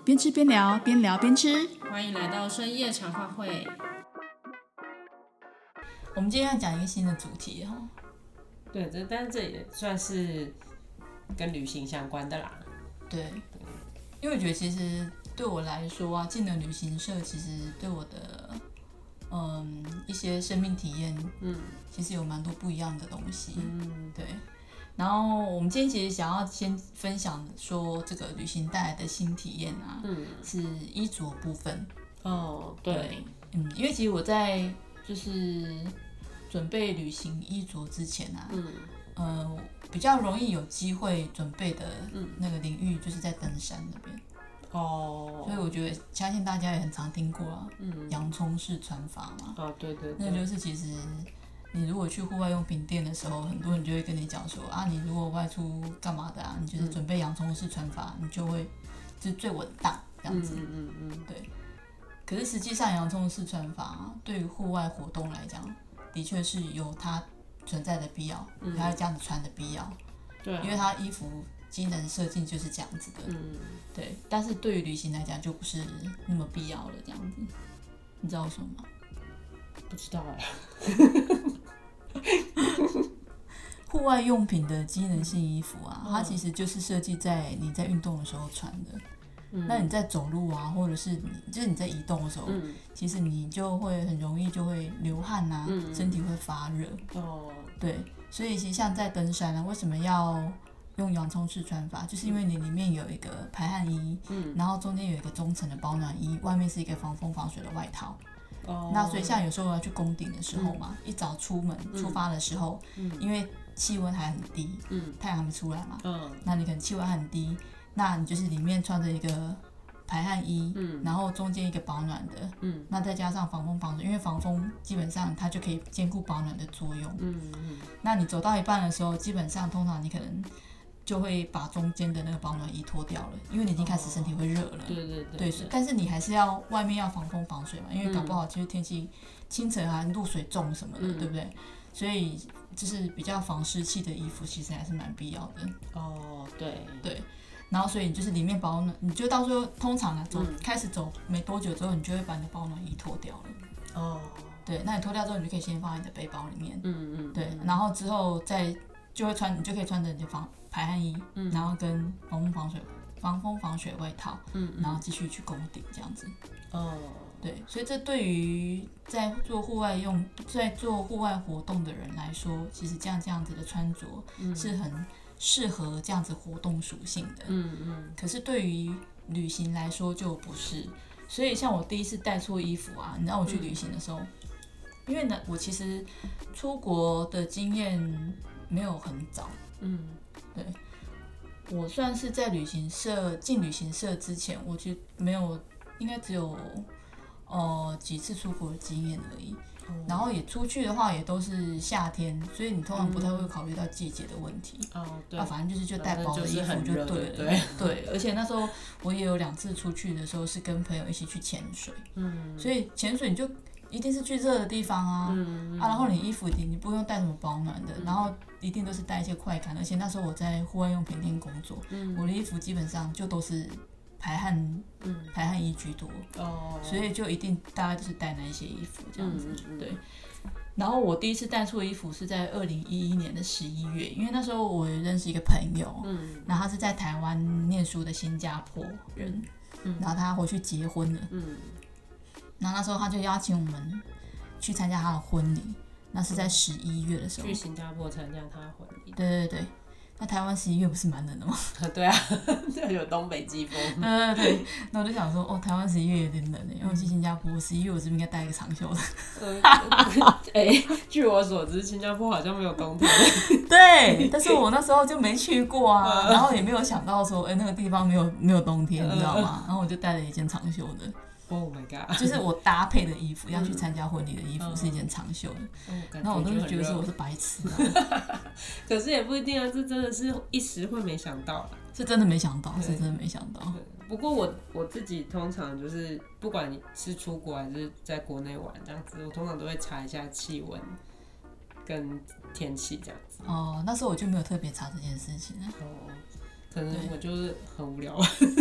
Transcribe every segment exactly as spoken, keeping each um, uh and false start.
边吃边聊，边聊边吃。 欢迎来到深夜茶话会。 我们今天要讲一个新的主题哈。 对，这但是这也算是跟旅行相关的啦。 对，因为我觉得其实对我来说啊，进了旅行社，其实对我的嗯一些生命体验，嗯，其实有蛮多不一样的东西。嗯，对。然后我们今天其实想要先分享说这个旅行带来的新体验啊，嗯，是衣着部分。 哦，对，对嗯，因为其实我在就是准备旅行衣着之前啊，嗯，呃，比较容易有机会准备的那个领域就是在登山那边。哦，所以我觉得相信大家也很常听过啊，嗯，洋葱式穿法嘛。 啊，对对对， 那就是其实你如果去户外用品店的时候，很多人就会跟你讲说啊，你如果外出干嘛的啊，你就是准备洋葱式穿法，你就会就是最稳当这样子。嗯嗯嗯，对。可是实际上洋葱式穿法啊，对于户外活动来讲，的确是有它存在的必要，有它这样子穿的必要。对、啊，因为它衣服机能设计就是这样子的。嗯，对。但是对于旅行来讲，就不是那么必要了，这样子。你知道为什么吗？ 不知道哎。 户外用品的机能性衣服啊，它其实就是设计在你在运动的时候穿的。嗯、那你在走路啊，或者是你就是你在移动的时候，嗯、其实你就会很容易就会流汗啊，嗯、身体会发热。哦，对，所以其实像在登山啊，为什么要用洋葱式穿法？就是因为你里面有一个排汗衣，嗯、然后中间有一个中层的保暖衣，外面是一个防风防水的外套。哦，那所以像有时候我要去攻顶的时候嘛，嗯、一早出门出发的时候，嗯、因为气温还很低，嗯、太阳还没出来嘛，嗯、那你可能气温很低。那你就是里面穿着一个排汗衣，嗯、然后中间一个保暖的，嗯、那再加上防风防水，因为防风基本上它就可以兼顾保暖的作用。嗯嗯、那你走到一半的时候，基本上通常你可能就会把中间的那个保暖衣脱掉了，因为你已经开始身体会热了。哦、对对 对, 对, 对。但是你还是要外面要防风防水嘛，因为搞不好就是天气清晨啊，露水重什么的，嗯、对不对？所以就是比较防湿气的衣服，其实还是蛮必要的。哦，对对。然后所以你就是里面保暖，你就到时候通常啊走、嗯、开始走没多久之后，你就会把你的保暖衣脱掉了。哦，对，那你脱掉之后，你就可以先放在你的背包里面。嗯嗯，对，然后之后再就会穿，你就可以穿着你的防排汗衣，嗯、然后跟防风防水防风防水外套，嗯嗯，然后继续去攻顶这样子。哦，对，所以这对于在做户外用在做户外活动的人来说，其实这样这样子的穿着是很适合这样子活动属性的，嗯嗯。可是对于旅行来说就不是，所以像我第一次带错衣服啊，你知道我去旅行的时候，嗯、因为呢我其实出国的经验没有很早，嗯，对，我算是在旅行社进旅行社之前，我就没有，应该只有呃几次出国的经验而已。然后也出去的话也都是夏天，所以你通常不太会考虑到季节的问题。哦，对。啊，反正就是就带薄的衣服就对了。对对，而且那时候我也有两次出去的时候是跟朋友一起去潜水，嗯，所以潜水你就一定是去热的地方啊，嗯啊，然后你衣服你不用带什么保暖的，嗯、然后一定都是带一些快干，而且那时候我在户外用品店工作，嗯、我的衣服基本上就都是排汗，嗯、排汗衣居多，哦，所以就一定大概就是带那一些衣服这样子，嗯嗯、对。然后我第一次带错衣服是在二零一一年的十一月，因为那时候我认识一个朋友，嗯、然后他是在台湾念书的新加坡人，嗯、然后他回去结婚了，嗯、然后那时候他就邀请我们去参加他的婚礼，那是在十一月的时候， 去新加坡参加他的婚礼， 对对对。那台湾十一月不是蛮冷的吗？ 对啊，有东北季风。 对对对，那我就想说，哦，台湾十一月有点冷，因为我去新加坡十一月，我是不是应该带一个长袖的？ 哎、欸，据我所知，新加坡好像没有冬天。 对，但是我那时候就没去过啊，然后也没有想到说，哎、欸，那个地方没有没有冬天，你知道吗？然后我就带了一件长袖的。 Oh my god！ 就是我搭配的衣服，要去参加婚礼的衣服是一件长袖的，然后我都是觉得说我是白痴、啊。 可是也不一定啊，这真的是一时会没想到啦， 是真的没想到，是真的没想到。 不过我我自己通常就是不管你是出国还是在国内玩这样子，我通常都会查一下气温跟天气这样子。 哦，那时候我就没有特别查这件事情了。 哦，可能我就是很无聊。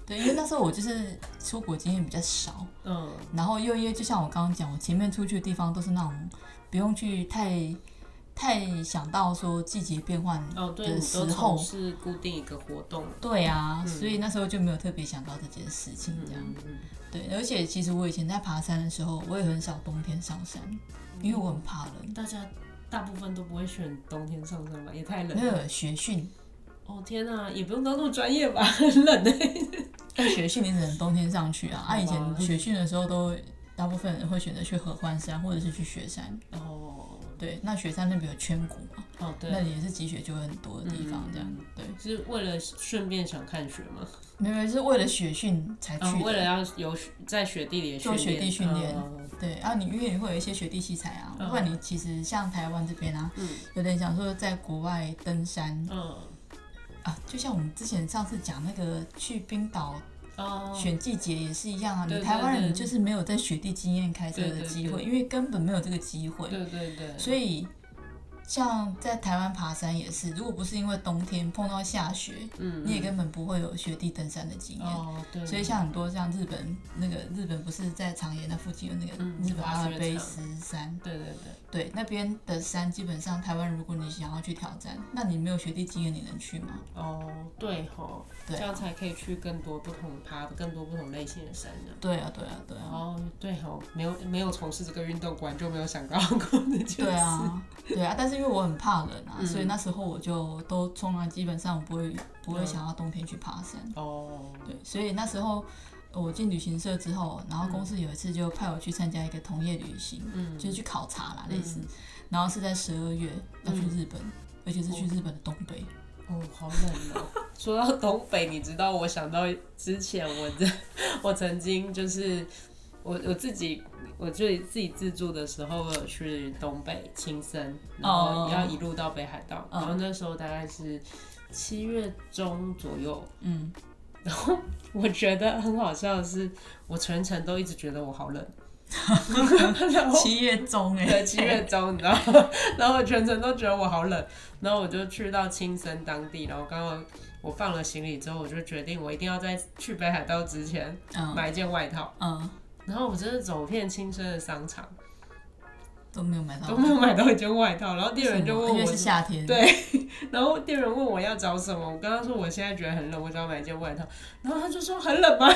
对，因为那时候我就是出国经验比较少， 嗯， 然后又因为就像我刚刚讲，我前面出去的地方都是那种不用去太太想到说季节变换的时候， 是固定一个活动。 对啊，嗯、所以那时候就没有特别想到这件事情，这样。嗯嗯、对，而且其实我以前在爬山的时候，我也很少冬天上山，因为我很怕冷。 大家大部分都不会选冬天上山吧？也太冷了。 没有学训。 哦天啊，也不用到那么专业吧，很冷欸。 但学训你只能冬天上去啊，啊以前学训的时候都大部分人会选择去合欢山或者是去雪山。哦，对，那雪山那边有圈谷嘛，哦对，那里也是积雪就会很多的地方，这样、嗯、对。 是为了顺便想看雪吗？ 没有，是为了雪训才去的、哦， 为了要有在雪地里做雪地训练。哦、对，然后你因为你会有一些雪地器材啊，不然你其实像台湾这边啊，嗯、有点想说在国外登山，嗯。啊，就像我们之前上次讲那个去冰岛选季节也是一样啊，你台湾人就是没有在雪地经验开车的机会，因为根本没有这个机会。 对对对。 所以像在台湾爬山也是，如果不是因为冬天碰到下雪，嗯、你也根本不会有雪地登山的经验。哦，对。所以像很多像日本那个日本不是在长野那附近有那个日本阿尔卑斯山， 对对对。 对，那边的山基本上台湾如果你想要去挑战，那你没有雪地经验，你能去吗？ 哦，对吼，对啊、这样才可以去更多不同爬更多不同类型的山呢。 对啊，对啊，对啊。 哦，对吼，没有没有从事这个运动，果然就没有想到过这件事。 对啊，对啊，但是因为我很怕冷啊，嗯、所以那时候我就都从来基本上我不会不会想要冬天去爬山。哦，对，所以那时候。我进旅行社之后，然后公司有一次就派我去参加一个同业旅行，嗯、就是去考察啦，类似。嗯、然后是在十二月要去日本，嗯、而且是去日本的东北。 哦，好冷哦！说到东北，你知道我想到之前我的，我曾经就是我我自己，我就自己自助的时候，我有去东北青森，然后要一路到北海道，哦、然后那时候大概是七月中左右，嗯。然后我觉得很好笑的是，我全程都一直觉得我好冷。 七月中哎、欸， 对，七月中，你知道吗？然后我全程都觉得我好冷。然后我就去到青森当地，然后刚刚我放了行李之后，我就决定我一定要在去北海道之前买一件外套。嗯。然后我真的走遍青森的商场。 都没有买到， 都没有买到一件外套，然后店员就问我， 因为是夏天， 对，然后店员问我要找什么，我跟他说我现在觉得很冷，我想要买一件外套，然后他就说很冷吗？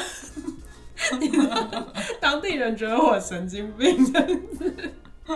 当地人觉得我神经病这样子。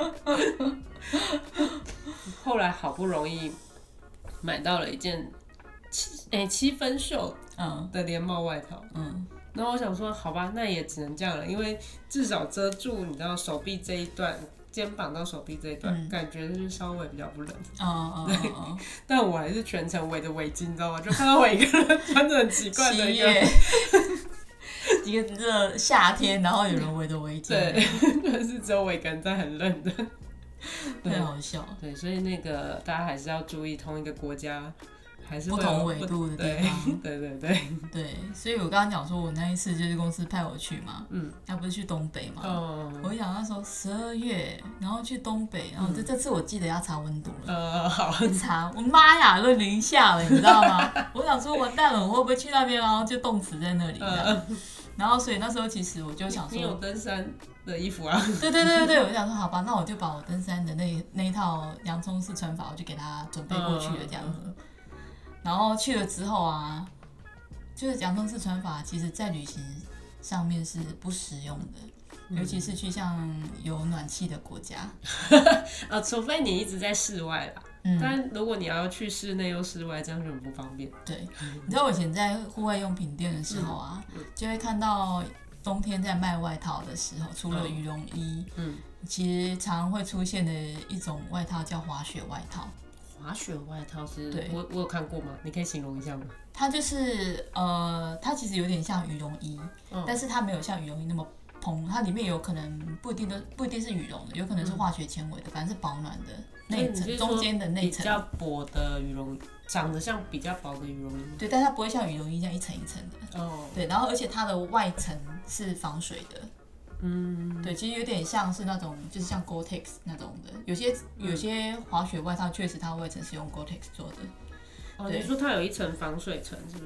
后来好不容易买到了一件七哎、欸、七分袖的连帽外套，嗯。然后我想说，好吧，那也只能这样了，因为至少遮住你知道手臂这一段。肩膀到手臂这一段，嗯、感觉就是稍微比较不冷。哦对，哦哦但我还是全程围着围巾，你知道吗？就看到我一个人穿着很奇怪的一个， 一个热夏天，然后有人围着围巾。 对，就是只有我一个人在很冷的。 太好笑。 对，所以那个大家还是要注意，同一个国家。还是不同纬度的地方， 对对对对，所以我刚刚讲说，我那一次就是公司派我去嘛，嗯，他不是去东北嘛，嗯，我想那时候十二月，然后去东北，然后这、嗯、这次我记得要查温度了，呃，好，一查，我妈呀，都零下了，你知道吗？我想说完蛋了，我会不会去那边然后就冻死在那里？呃、然后所以那时候其实我就想说， 你有登山的衣服啊？ 对对对对对，我就想说好吧，那我就把我登山的那那一套洋葱式穿法，我就给他准备过去了这样子。嗯然后去了之后啊，就是洋葱式穿法，其实在旅行上面是不实用的，嗯、尤其是去像有暖气的国家。 呃，除非你一直在室外啦，嗯、但如果你要去室内又室外，这样就很不方便。 对，你知道我以前在户外用品店的时候啊，嗯、就会看到冬天在卖外套的时候，除了羽绒衣，嗯、其实常会出现的一种外套叫滑雪外套。 滑雪外套是，我我有看过吗？你可以形容一下吗？ 它就是呃，它其实有点像羽绒衣，嗯、但是它没有像羽绒衣那么蓬，它里面有可能不一定都不一定是羽绒的，有可能是化学纤维的，反正是保暖的内层，中间的内层比较薄的羽绒，长得像比较薄的羽绒衣。 对，但它不会像羽绒衣这样一层一层的。哦。对，然后而且它的外层是防水的。嗯，对，其实有点像是那种，就是像 Gore-Tex 那种的，有些有些滑雪外套确实它外层是用 Gore-Tex 做的。 哦，你说它有一层防水层是不是？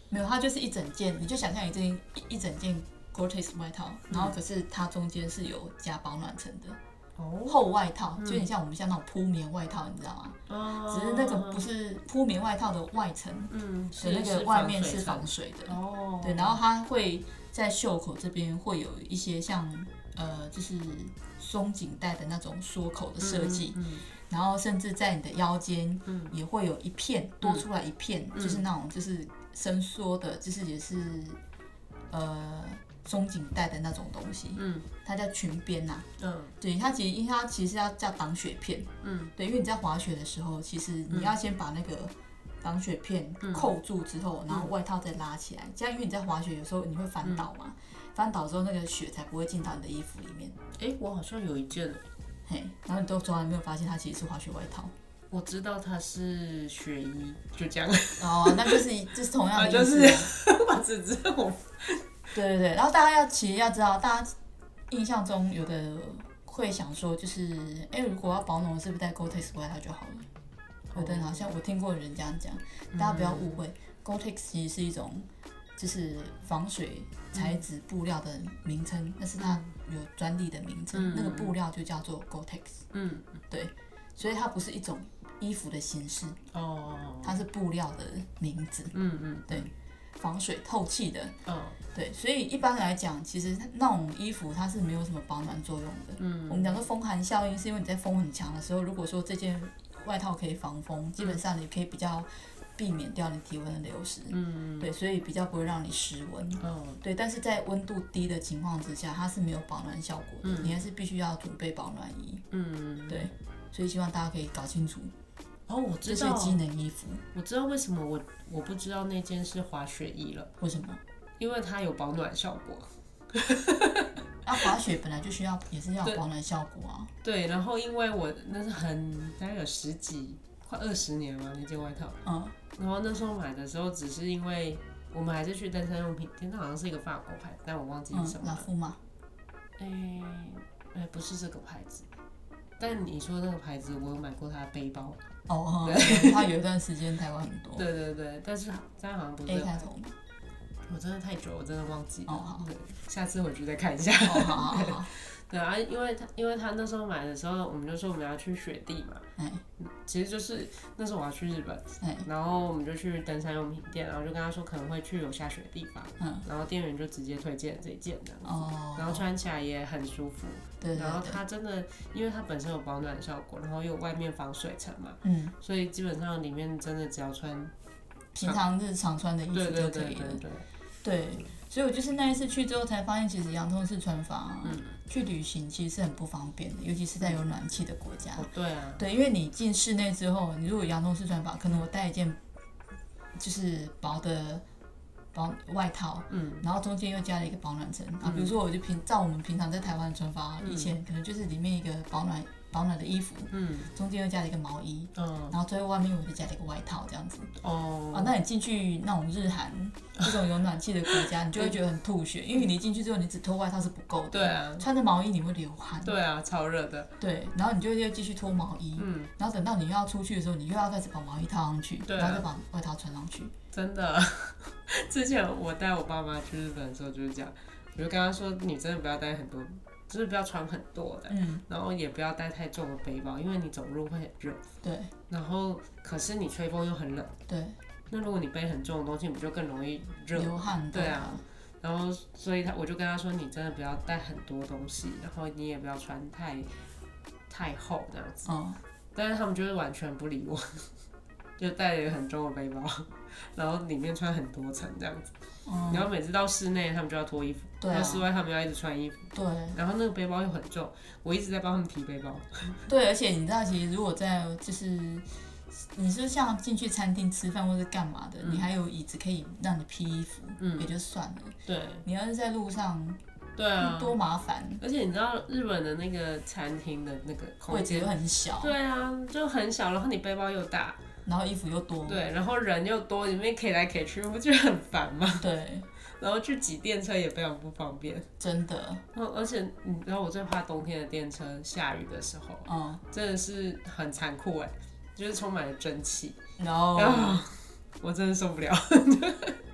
没有，它就是一整件，你就想象一件一整件 Gore-Tex 外套，然后可是它中间是有加保暖层的。哦、厚外套就有点像我们像那种铺棉外套，你知道吗？哦、只是那个不是铺棉外套的外层，嗯，的那个外面是防水的。哦，对，然后它会在袖口这边会有一些像呃，就是松紧带的那种缩口的设计，嗯嗯、然后甚至在你的腰间也会有一片、嗯、多出来一片，嗯、就是那种就是伸缩的，就是也是呃。松紧带的那种东西，嗯，它叫裙边呐、啊，嗯，对，它其实因为它其实要叫挡雪片，嗯，对，因为你在滑雪的时候，其实你要先把那个挡雪片扣住之后，嗯、然后外套再拉起来，这样因为你在滑雪有时候你会翻倒嘛，嗯、翻倒之后那个雪才不会进到你的衣服里面。 哎、欸，我好像有一件， 嘿，然后你都从来没有发现它其实是滑雪外套。 我知道它是雪衣，就这样。 哦，那就是就是同样的意思、啊， 就是我只知道我。 对对对，然后大家要其实要知道，大家印象中有的会想说，就是哎，如果要保暖，是不是带 Gore-Tex 外套就好了？有的人好像我听过人这样讲，大家不要误会、嗯、，Gore-Tex 其实是一种就是防水材质布料的名称，那、嗯、是它有专利的名称，嗯、那个布料就叫做 Gore-Tex。嗯，对，所以它不是一种衣服的形式，哦，它是布料的名字。嗯嗯，对。防水透气的，嗯，对，所以一般来讲，其实那种衣服它是没有什么保暖作用的。嗯，我们讲说风寒效应，是因为你在风很强的时候，如果说这件外套可以防风，基本上你可以比较避免掉你体温的流失。嗯，对，所以比较不会让你失温。嗯，对，但是在温度低的情况之下，它是没有保暖效果的，嗯、你还是必须要准备保暖衣。嗯，对，所以希望大家可以搞清楚。 哦，我知道这些机能衣服， 我知道为什么我我不知道那件是滑雪衣了。 为什么？ 因为它有保暖效果。 啊，滑雪本来就需要，也是要有保暖效果啊。 对，然后因为我那是很大概有十几快二十年嘛那件外套，嗯，然后那时候买的时候只是因为我们还是去登山用品店，它好像是一个法国牌子，但我忘记是什么了。 拉夫吗？ 哎、欸、哎、欸，不是这个牌子。但你说那个牌子，我有买过它的背包。 哦，对，它有一段时间台湾很多。 对对对，但是它好像不是 A 开头。 我真的太久了，我真的忘记了。 哦好。 对，下次回去再看一下。 哦好好好。 对啊，因为他因为他那时候买的时候，我们就说我们要去雪地嘛。嗯。其实就是那时候我要去日本，嗯、然后我们就去登山用品店，然后就跟他说可能会去有下雪的地方，嗯、然后店员就直接推荐这一件这样子，哦、然后穿起来也很舒服。 对, 对, 对。 然后它真的，因为它本身有保暖效果，然后又有外面防水层嘛，嗯，所以基本上里面真的只要穿平常日常穿的衣服就可以了。对对对对对。对。所以我就是那一次去之后才发现，其实洋葱式穿法、啊嗯、去旅行其实是很不方便的，尤其是在有暖气的国家。 哦，对啊。对， 因为你进室内之后，你如果洋葱式穿法，可能我带一件就是薄的薄外套，嗯，然后中间又加了一个保暖层、嗯、啊。比如说，我就平照我们平常在台湾的穿法，嗯、以前可能就是里面一个保暖保暖的衣服，嗯，中间又加了一个毛衣，嗯，然后最后外面我就加了一个外套这样子。哦。啊，那你进去那种日韩这种有暖气的国家，你就会觉得很吐血，因为你进去之后，你只脱外套是不够的。 对啊。 穿着毛衣你会流汗。 对啊，超热的。 对，然后你就又继续脱毛衣，嗯，然后等到你又要出去的时候，你又要开始把毛衣套上去，对、啊，然后再把外套穿上去。 真的，之前我带我爸妈去日本的时候就是这样，我就跟他说，你真的不要带很多。就是不要穿很多的，嗯，然后也不要带太重的背包，因为你走路会很热。 对。 然后，可是你吹风又很冷。 对。 那如果你背很重的东西，你不就更容易热？ 流汗。 对啊。然后，所以他我就跟他说，你真的不要带很多东西，然后你也不要穿太太厚这样子。嗯。但是他们就是完全不理我，就带了一个很重的背包，然后里面穿很多层这样子。嗯、然后每次到室内，他们就要脱衣服； 对、啊， 到室外，他们要一直穿衣服。 对。 然后那个背包又很重，我一直在帮他们提背包。 对，而且你知道，其实如果在就是你是像进去餐厅吃饭或是干嘛的，嗯、你还有椅子可以让你披衣服，嗯、也就算了。 对。 你要是在路上， 对啊， 多麻烦。 而且你知道日本的那个餐厅的那个空间位置又很小。 对啊，就很小，然后你背包又大。 然后衣服又多， 对，然后人又多，里面 K 来 K 去，不觉得很烦吗？ 对， 然后去挤电车也非常不方便， 真的。 然后而且你知道我最怕冬天的电车下雨的时候，嗯，真的是很残酷哎，就是充满了蒸汽，然后、no. 我真的受不了。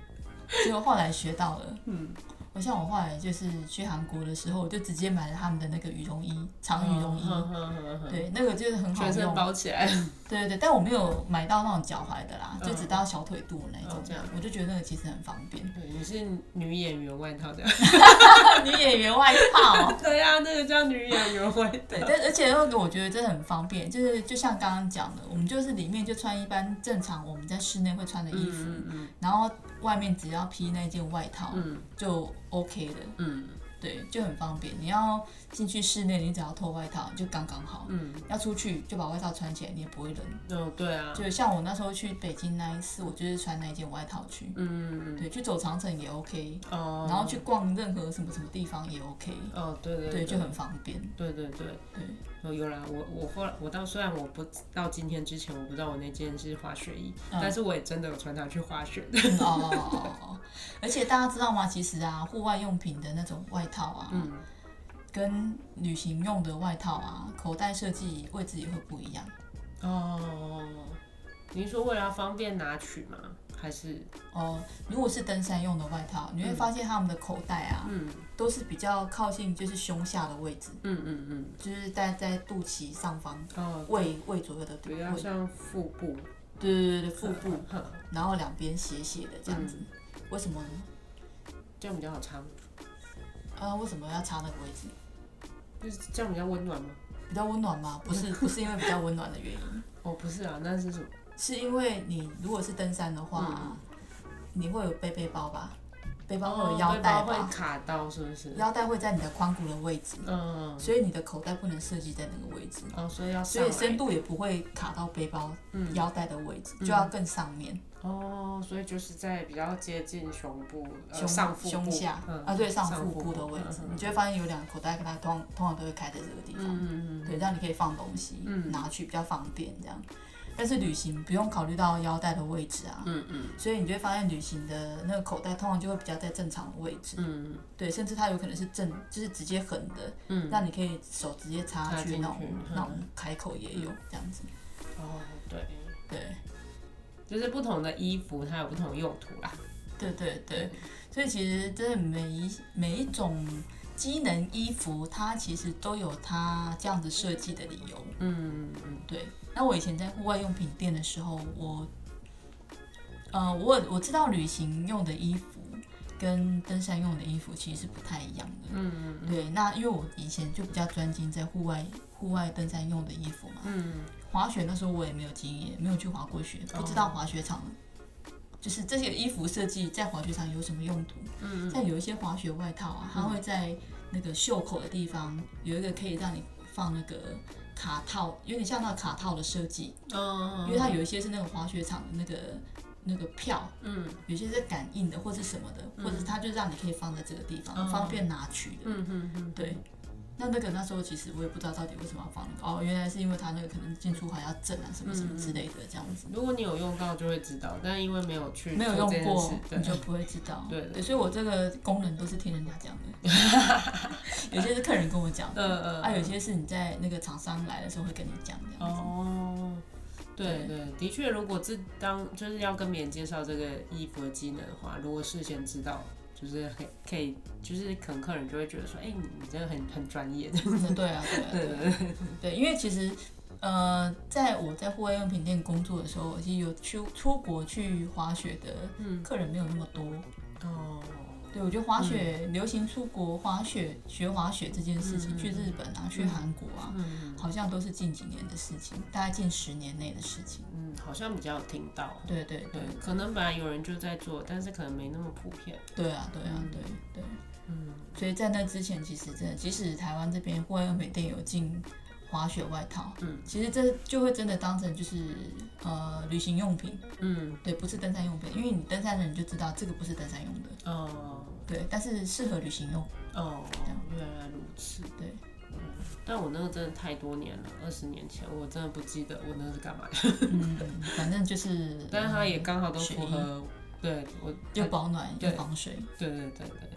结果后来学到了，嗯。我像我后来就是去韩国的时候，我就直接买了他们的那个羽绒衣，长羽绒衣， 哦、 对，那个就是很好用， 全身包起来。 对对对，但我没有买到那种脚踝的啦，就只到小腿肚那一种， 哦、这样我就觉得那个其实很方便。 对，你是女演员外套的， 女演员外套。 对啊，那个叫女演员外套。 对，但而且那个我觉得真的很方便，就是就像刚刚讲的，我们就是里面就穿一般正常我们在室内会穿的衣服，嗯嗯嗯然后外面只要披那件外套，嗯、就 OK 了。嗯，对，就很方便。你要进去室内，你只要脱外套就刚刚好。嗯，要出去就把外套穿起来，你也不会冷。 哦，对啊。 就像我那时候去北京那一次，我就是穿那一件外套去。嗯嗯对，去走长城也 OK。哦。然后去逛任何什么什么地方也 OK。 哦，对对对。 对，就很方便。 对对对对。哦，有啦，我我后来我到虽然我不到今天之前我不知道我那件是滑雪衣，嗯、但是我也真的有穿它去滑雪的。 嗯、哦哦哦。而且大家知道吗？其实啊，户外用品的那种外套啊，嗯、跟旅行用的外套啊，口袋设计位置也会不一样。 哦，你是说为了方便拿取吗？还是哦，如果是登山用的外套，你会发现他们的口袋啊，嗯、都是比较靠近就是胸下的位置，嗯嗯嗯，就是戴在肚脐上方，哦、胃胃左右的位置， 比较像腹部， 对对对腹部，然后两边斜斜的这样子，嗯、为什么呢？ 这样比较好插。 啊，为什么要插那个位置？ 就是这样比较温暖吗？ 比较温暖吗？不是，不是因为比较温暖的原因。 哦，不是啊，那是什么？ 是因为你如果是登山的话，嗯、你会有背背包吧？背包会有腰带吧？ 背包会卡到是不是？ 腰带会在你的髋骨的位置，嗯，所以你的口袋不能设计在那个位置， 哦，所以要所以深度也不会卡到背包、嗯、腰带的位置，就要更上面。 哦，所以就是在比较接近胸部、 胸、 呃、上腹部、 胸下、嗯、啊，对，上腹部的位置，嗯、你就会发现有两个口袋，它通通常都会开在这个地方，嗯、对，这样你可以放东西，嗯、拿去比较方便这样。但是旅行不用考虑到腰带的位置啊，嗯嗯，所以你就会发现旅行的那个口袋通常就会比较在正常的位置，嗯对，甚至它有可能是正，就是直接横的，嗯，让你可以手直接插去那种那种开口也有、嗯、这样子。 哦，对对， 就是不同的衣服它有不同的用途啦。 对对对，所以其实真的每一每一种机能衣服，它其实都有它这样子设计的理由。嗯嗯，对。那我以前在户外用品店的时候，我，呃，我我知道旅行用的衣服跟登山用的衣服其实是不太一样的。嗯嗯嗯。对，那因为我以前就比较专精在户外户外登山用的衣服嘛。嗯。滑雪那时候我也没有经验，没有去滑过雪，不知道滑雪场。就是这些衣服设计在滑雪场有什么用途？嗯，像有一些滑雪外套啊，它会在那个袖口的地方有一个可以让你放那个卡套，有点像那个卡套的设计。哦。因为它有一些是那个滑雪场的那个那个票，嗯，有些是感应的或是什么的，嗯、或者它就让你可以放在这个地方，哦、方便拿取的。嗯嗯嗯。对。那那个那时候其实我也不知道到底为什么要放那个哦，原来是因为它那个可能进出还要正啊什么什么之类的这样子。 如果你有用到就会知道，但因为没有去没有用过，你就不会知道。 对 对, 对，所以我这个功能都是听人家讲的，有些是客人跟我讲的，嗯嗯，啊，有些是你在那个厂商来的时候会跟你讲这样子。哦， 对 对, 对，的确，如果是当就是要跟别人介绍这个衣服的机能的话，如果事先知道。就是可以，就是可能客人就会觉得说，哎、欸，你真的很很专业的。 对啊，对啊，对啊，对, 对，因为其实，呃，在我在户外用品店工作的时候，其实有去出国去滑雪的客人没有那么多。哦。对，我觉得滑雪、嗯、流行出国滑雪学滑雪这件事情，嗯、去日本啊，嗯、去韩国啊，嗯、好像都是近几年的事情，大概近十年内的事情。 嗯，好像比较有听到。 对对 对, 对， 可能本来有人就在做，但是可能没那么普遍。 对啊，对啊，嗯、对对。嗯，所以在那之前，其实真的，即使台湾这边户外用品店有进滑雪外套，嗯，其实这就会真的当成就是呃旅行用品，嗯，对，不是登山用品，因为你登山的人就知道这个不是登山用的。哦。对，但是适合旅行用。 哦，原来如此。 对， 嗯，但我那个真的太多年了，二十年前，我真的不记得我那是干嘛的。 嗯，反正就是， 但是它也刚好都符合，对我又保暖又防水。 对对对对，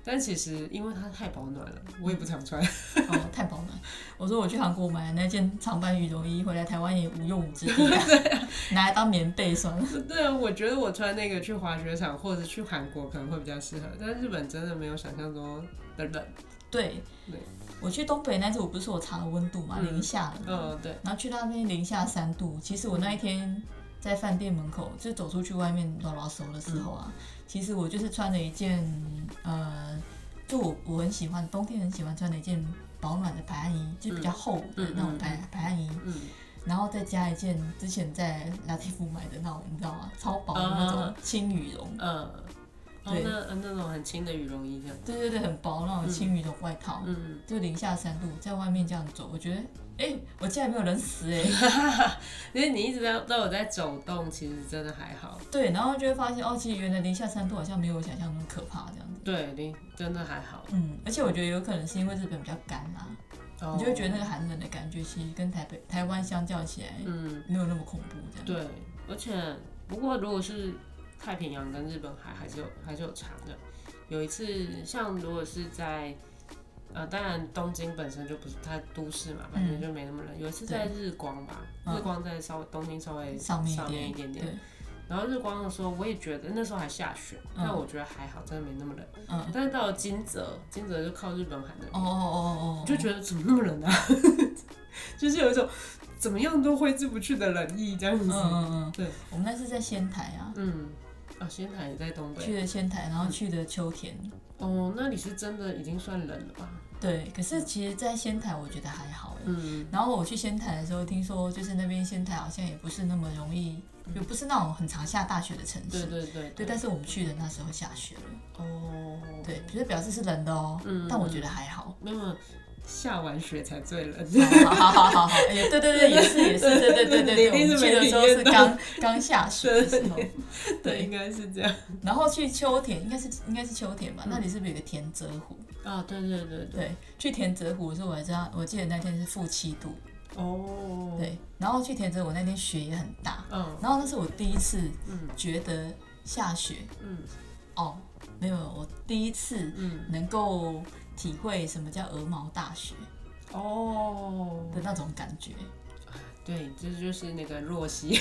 但其实因为它太保暖了，我也不常穿。 哦，太保暖。我说我去韩国买的那件长版羽绒衣，回来台湾也无用武之地啊，啊拿来当棉被算了。 对啊，我觉得我穿那个去滑雪场或者去韩国可能会比较适合，但日本真的没有想象中的冷。 对，对我去东北那次，我不是说我查了温度嘛，零下了嘛， 嗯，对。 然后去那边零下三度，其实我那一天在饭店门口，就走出去外面拉拉手的时候啊，嗯、其实我就是穿了一件呃，就我我很喜欢冬天很喜欢穿的一件保暖的排汗衣，就比较厚的那种排、嗯、排汗衣。嗯然后再加一件之前在拉蒂夫买的那种，你知道吗？超薄的那种轻羽绒。嗯。 对，哦、那那种很轻的羽绒衣这样。 对对对，很薄那种轻羽绒外套，嗯，就零下三度，在外面这样走，我觉得，哎、欸，我竟然没有冷死哎、欸！ 因为你一直在都有在走动，其实真的还好。 对，然后就会发现，哦，其实原来零下三度好像没有我想象中可怕这样子。 对，零真的还好。 嗯，而且我觉得有可能是因为日本比较干啦、啊，哦、你就会觉得那个寒冷的感觉，其实跟台北、台湾相较起来，嗯，没有那么恐怖这样。 对，而且不过如果是太平洋跟日本海还是有还是有差的。有一次，像如果是在呃，当然东京本身就不是它都市嘛，反正就没那么冷。嗯、有一次在日光吧，日光在稍微东京稍微上面一点点，然后日光的时候，我也觉得那时候还下雪，嗯、但我觉得还好，真的没那么冷。嗯、但是到了金泽，金泽就靠日本海那边，哦哦哦哦，就觉得怎么那么冷啊？就是有一种怎么样都挥之不去的冷意这样子。嗯嗯嗯，对，我们那是在仙台啊。 嗯。啊，仙台也在东北。 去了仙台，然后去了秋田。 嗯、哦，那里是真的已经算冷了吧？ 对，可是其实，在仙台我觉得还好。嗯。然后我去仙台的时候，听说就是那边仙台好像也不是那么容易，也不是那种很常下大雪的城市。 对对 对, 对。 对，但是我们去的那时候下雪了。哦。对，就是表示是冷的哦。嗯。但我觉得还好。 没有。下完雪才最冷。 好好好好好，哎，对对对，也是也是，对对对对对，我们去的时候是刚刚下雪的时候， 对，应该是这样。 然后去秋田，应该是应该是秋田吧？那里是不是有个田泽湖？ 啊，对对对对。去田泽湖的时候，我还知道，我记得那天是负七度。哦。对，然后去田泽湖那天雪也很大，嗯，然后那是我第一次觉得下雪，嗯，哦，没有，我第一次能够体会什么叫鹅毛大雪哦的那种感觉。 对，这就是那个若曦。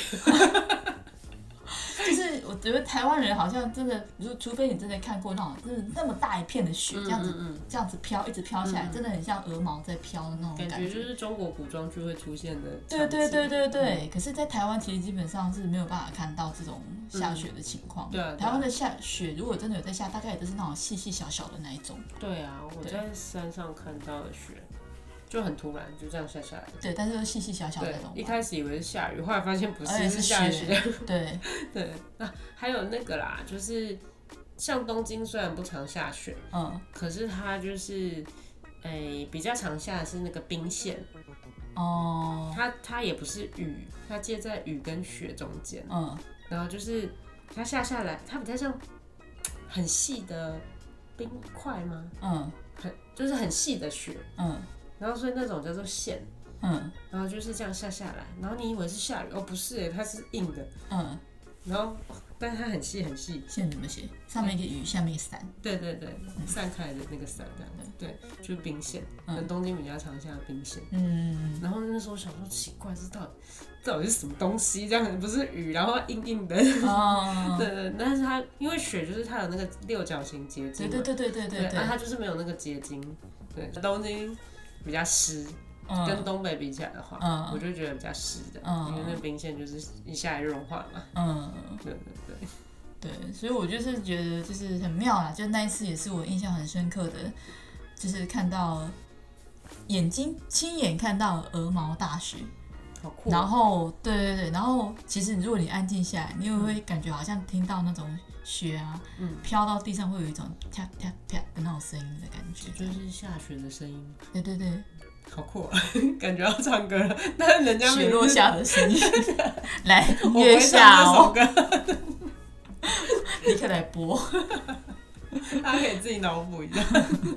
就是我觉得台湾人好像真的，除非你真的看过那种，就是那么大一片的雪，这样子、嗯嗯、这样子飘，一直飘下来，嗯、真的很像鹅毛在飘的那种感觉。 感觉就是中国古装剧会出现的。 对对对对对。嗯、可是，在台湾其实基本上是没有办法看到这种下雪的情况。嗯、对、啊。台湾的下雪如果真的有在下，大概也都是那种细细小小的那一种。 对啊，我在山上看到的雪。就很突然，就这样下下来。 对，但是细细小小的那种。 一开始以为是下雨，后来发现不是，是下雪。 对对，那还有那个啦，就是像东京虽然不常下雪，嗯，可是它就是，诶、欸，比较常下的是那个冰线。哦。它它也不是雨，它介在雨跟雪中间。嗯。然后就是它下下来，它比较像很细的冰块吗？嗯。很就是很细的雪。嗯。然后所以那种叫做线，嗯，然后就是这样下下来，然后你以为是下雨，哦不是耶，它是硬的，嗯，然后但是它很细很细。 线怎么写？上面一个雨，下面一个伞。 对对对，嗯、散开的那个伞这样的，对，就是冰线，嗯，跟东京比较常下的冰线。嗯，然后那时候想说奇怪，这到底到底是什么东西？这样不是雨，然后硬硬的。哦。对对，但是它因为雪就是它有那个六角形结晶， 对对对对对对， 对，它就是没有那个结晶。对，东京比较湿，嗯、跟东北比起来的话，嗯、我就觉得比较湿的，嗯、因为那冰线就是一下来就融化了嘛。嗯，对对对，对，所以我就是觉得就是很妙啦，就那一次也是我印象很深刻的，就是看到眼睛亲眼看到鹅毛大雪。 好酷。 然后，对对对，然后其实如果你安静下来，你也会感觉好像听到那种雪啊，嗯，飘到地上会有一种啪啪啪的那种声音的感觉， 就是下雪的声音。 对对对， 好酷啊！感觉要唱歌了，但是人家雪落下的声音，来月下哦，立刻来播， 大家可以自己脑补一下，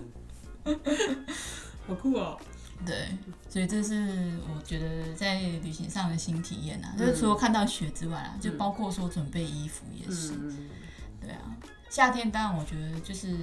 好酷哦。 对，所以这是我觉得在旅行上的新体验啊，嗯、就是除了看到雪之外啊，就包括说准备衣服也是。嗯、对啊，夏天当然我觉得就是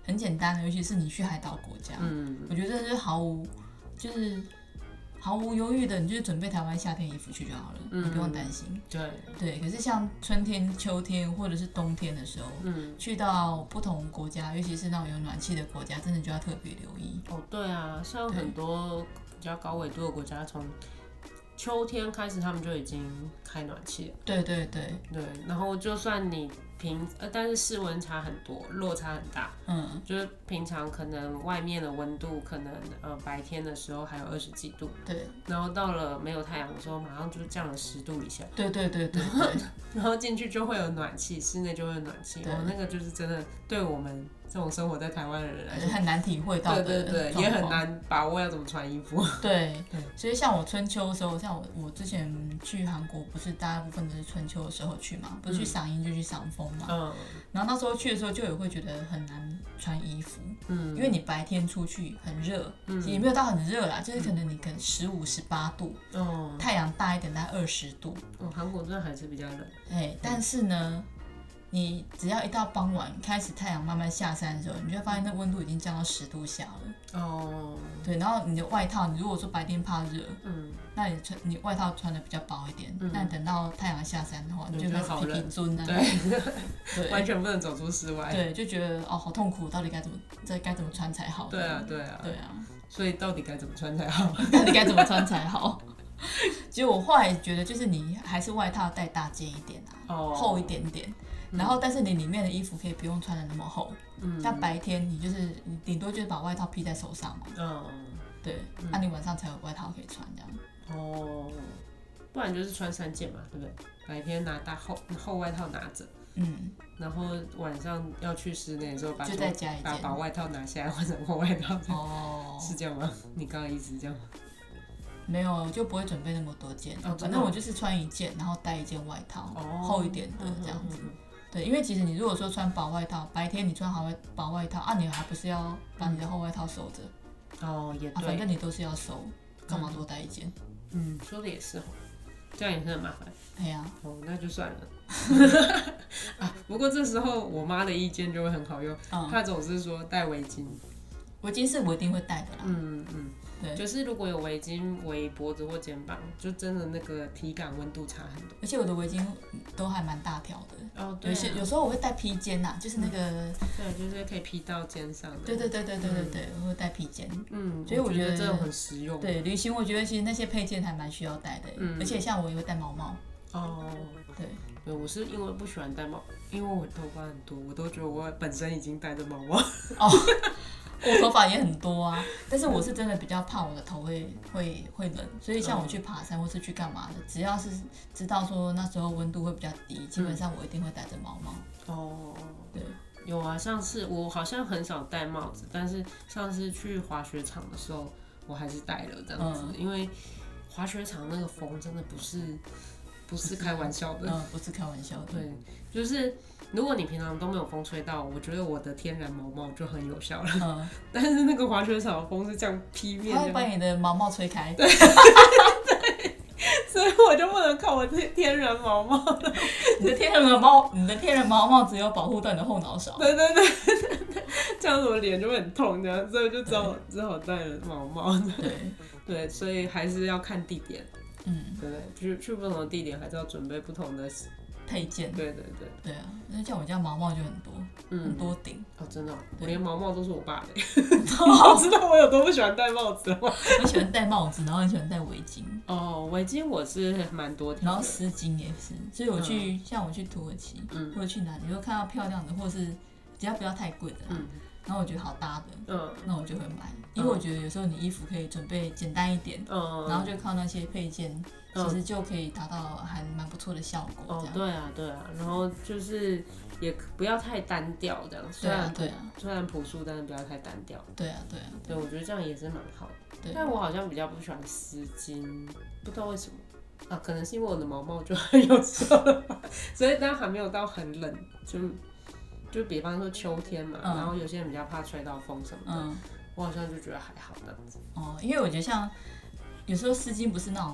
很简单的，尤其是你去海岛国家，嗯，我觉得这是毫无就是毫无犹豫的，你就是准备台湾夏天衣服去就好了，嗯、你不用担心。 对对，可是像春天、秋天或者是冬天的时候，嗯，去到不同国家，尤其是那种有暖气的国家，真的就要特别留意。 哦，对啊，像很多比较高纬度的国家，从秋天开始他们就已经开暖气了。 对对对对，然后就算你平呃，但是室温差很多，落差很大。嗯，就是平常可能外面的温度可能呃白天的时候还有二十几度， 对， 然后到了没有太阳的时候，马上就降了十度以下。 对对对对对， 然后进去就会有暖气，室内就会有暖气。哦，那个就是真的对我们这种生活在台湾的人来说很难体会到的， 对对对，也很难把握要怎么穿衣服。 对，所以像我春秋的时候，像我我之前去韩国，不是大部分都是春秋的时候去嘛，不是去赏樱就去赏枫嘛。嗯。然后那时候去的时候，就也会觉得很难穿衣服，嗯，因为你白天出去很热，嗯，也没有到很热啦，就是可能你可能十五、十八度，哦，太阳大一点，大概二十度。 哦，韩国真的还是比较冷。 哎，但是呢。你只要一到傍晚开始太阳慢慢下山的时候，你就会发现那温度已经降到十度下了。哦。对，然后你的外套，你如果说白天怕热，嗯，那你穿你外套穿的比较薄一点，嗯，那你等到太阳下山的话，你就开始皮皮尊啊， 对，对，完全不能走出室外。 对，就觉得哦好痛苦，到底该怎么这该怎么穿才好？ 对啊，对啊， 对啊。 所以到底该怎么穿才好？ 到底该怎么穿才好？其实我后来觉得，就是你还是外套带大件一点啊，哦，厚一点点。然后，但是你里面的衣服可以不用穿的那么厚，嗯，像白天你就是你顶多就是把外套披在手上嘛，嗯，对，那、嗯啊、你晚上才有外套可以穿这样。哦， 不然就是穿三件嘛，对不对？白天拿大厚厚外套拿着，嗯，然后晚上要去室内的时候把就再加一件， 把把外套拿下来换成厚外套。哦，是这样吗？你刚刚意思这样吗？ 没有，就不会准备那么多件，哦，反正我就是穿一件，然后带一件外套，哦，厚一点的这样子。嗯嗯嗯对，因为其实你如果说穿薄外套，白天你穿好薄外套啊，你还不是要把你的厚外套收着？哦，也对，啊，反正你都是要收，干嘛多带一件？ 嗯，说的也是哦，这样也是很麻烦。 哎呀， 哦，那就算了。啊，不过这时候我妈的意见就会很好用，嗯，她总是说戴围巾。 围巾是我一定会戴的啦。嗯嗯。对，就是如果有围巾围脖子或肩膀，就真的那个体感温度差很多。 而且我的围巾都还蛮大条的。哦，对、啊。有些有时候我会戴披肩呐、啊，就是那个、嗯。 对，就是可以披到肩上的。 对对对对对对对，嗯、我会戴披肩。 嗯，所以我觉得这种很实用。 对，旅行我觉得其实那些配件还蛮需要戴的。嗯。而且像我也会戴毛帽。哦。对。 对，我是因为不喜欢戴帽，因为我头发很多，我都觉得我本身已经戴着毛帽。哦。 我头发也很多啊，但是我是真的比较怕我的头会会会冷，所以像我去爬山或是去干嘛的，只要是知道说那时候温度会比较低，基本上我一定会戴着毛帽。哦，对， 有啊，上次我好像很少戴帽子，但是上次去滑雪场的时候，我还是戴了这样子，嗯、因为滑雪场那个风真的不是不是开玩笑的， 嗯，不是开玩笑的， 对，就是。如果你平常都没有风吹到，我觉得我的天然毛帽就很有效了。嗯，但是那个滑雪场的风是这样劈面， 它会把你的毛帽吹开。 对，对，所以我就不能靠我天然毛帽了。 你的天然毛帽，你的天然毛帽只有保护到你的后脑勺。 对对对，这样子我脸就会很痛，这样，所以就只好只好戴了毛帽。对对，所以还是要看地点。嗯，对对，去去不同的地点，还是要准备不同的。 配件， 对对对， 对啊，那像我家毛帽就很多，嗯、很多顶哦，真的、哦，我连毛帽都是我爸的，我知道我有多不喜欢戴帽子了。 我喜欢戴帽子，然后很喜欢戴围巾。 哦，围巾我是蛮多条， 然后丝巾也是，所以我去、嗯、像我去土耳其，嗯、或者去哪里，如果看到漂亮的，或是只要不要太贵的啦。嗯然后我觉得好搭的，嗯，那我就会买，因为我觉得有时候你衣服可以准备简单一点，嗯，然后就靠那些配件，其实就可以达到还蛮不错的效果。 哦，对啊，对啊，然后就是也不要太单调这样，虽然对啊， 虽然朴素，但是不要太单调。 对啊，对啊， 对，我觉得这样也是蛮好的。但我好像比较不喜欢丝巾，不知道为什么啊，可能是因为我的毛毛就很有效了吧，所以当还没有到很冷就。就比方说秋天嘛，嗯、然后有些人比较怕吹到风什么的，嗯、我好像就觉得还好这样子。 哦，因为我觉得像有时候丝巾不是那种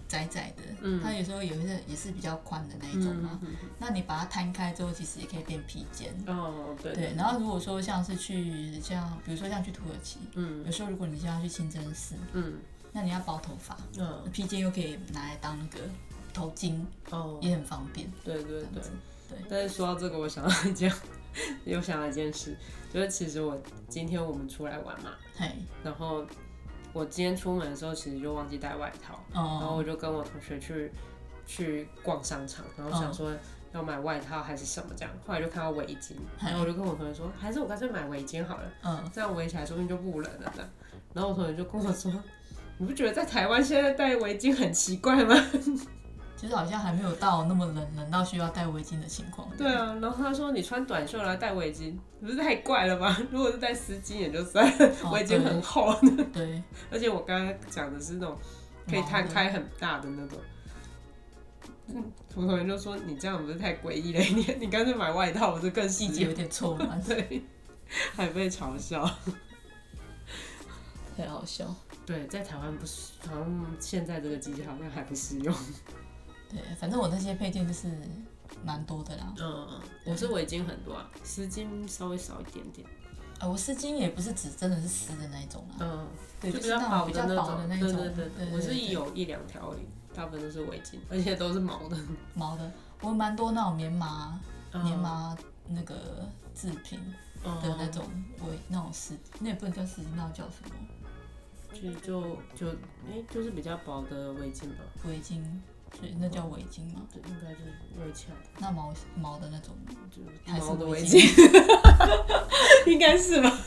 窄窄的，嗯、它有时候有些也是比较宽的那一种嘛。嗯嗯嗯、那你把它摊开之后，其实也可以变披肩。 哦，对。 对，然后如果说像是去像比如说像去土耳其，嗯，有时候如果你现在去清真寺，嗯，那你要包头发，嗯，披肩又可以拿来当那个头巾，哦，也很方便。 对对对对。但是说到这个，我想到一件，又想到一件事，就是其实我今天我们出来玩嘛，然后。我今天出门的时候，其实就忘记带外套， oh. 然后我就跟我同学去去逛商场，然后想说要买外套还是什么这样，后来就看到围巾， oh. 然后我就跟我同学说，还是我干脆买围巾好了， oh. 这样围起来说不定就不冷了这样。然后我同学就跟我说，你不觉得在台湾现在戴围巾很奇怪吗？ 其实好像还没有到那么冷，冷到需要戴围巾的情况。 对啊，然后他说你穿短袖来戴围巾，不是太怪了吗？如果是戴丝巾也就算了，哦、围巾很厚。 对， 而且我刚刚讲的是那种可以摊开很大的那种。嗯，我同学就说你这样不是太诡异了一点，你干脆买外套，不是更细节有点错嘛？ 对，还被嘲笑， 太好笑。 对，在台湾不是，好像现在这个季节好像还不适用。 对，反正我那些配件就是蛮多的啦。 嗯，我是围巾很多啊，丝巾稍微少一点点。 呃，我丝巾也不是指真的是丝的那一种啦。 嗯， 对， 就比较薄的那种。 对对对，我是有一两条而已，大部分都是围巾，而且都是毛的。 毛的，我蛮多那种棉麻、棉麻那个制品的那种围那种丝，那也不能叫丝巾，那叫什么？ 就就就哎、欸，就是比较薄的围巾吧。 围巾。所以那叫围巾吗？ 对，应该就是围起来的。 那毛毛的那种， 还是围巾？应该是吧？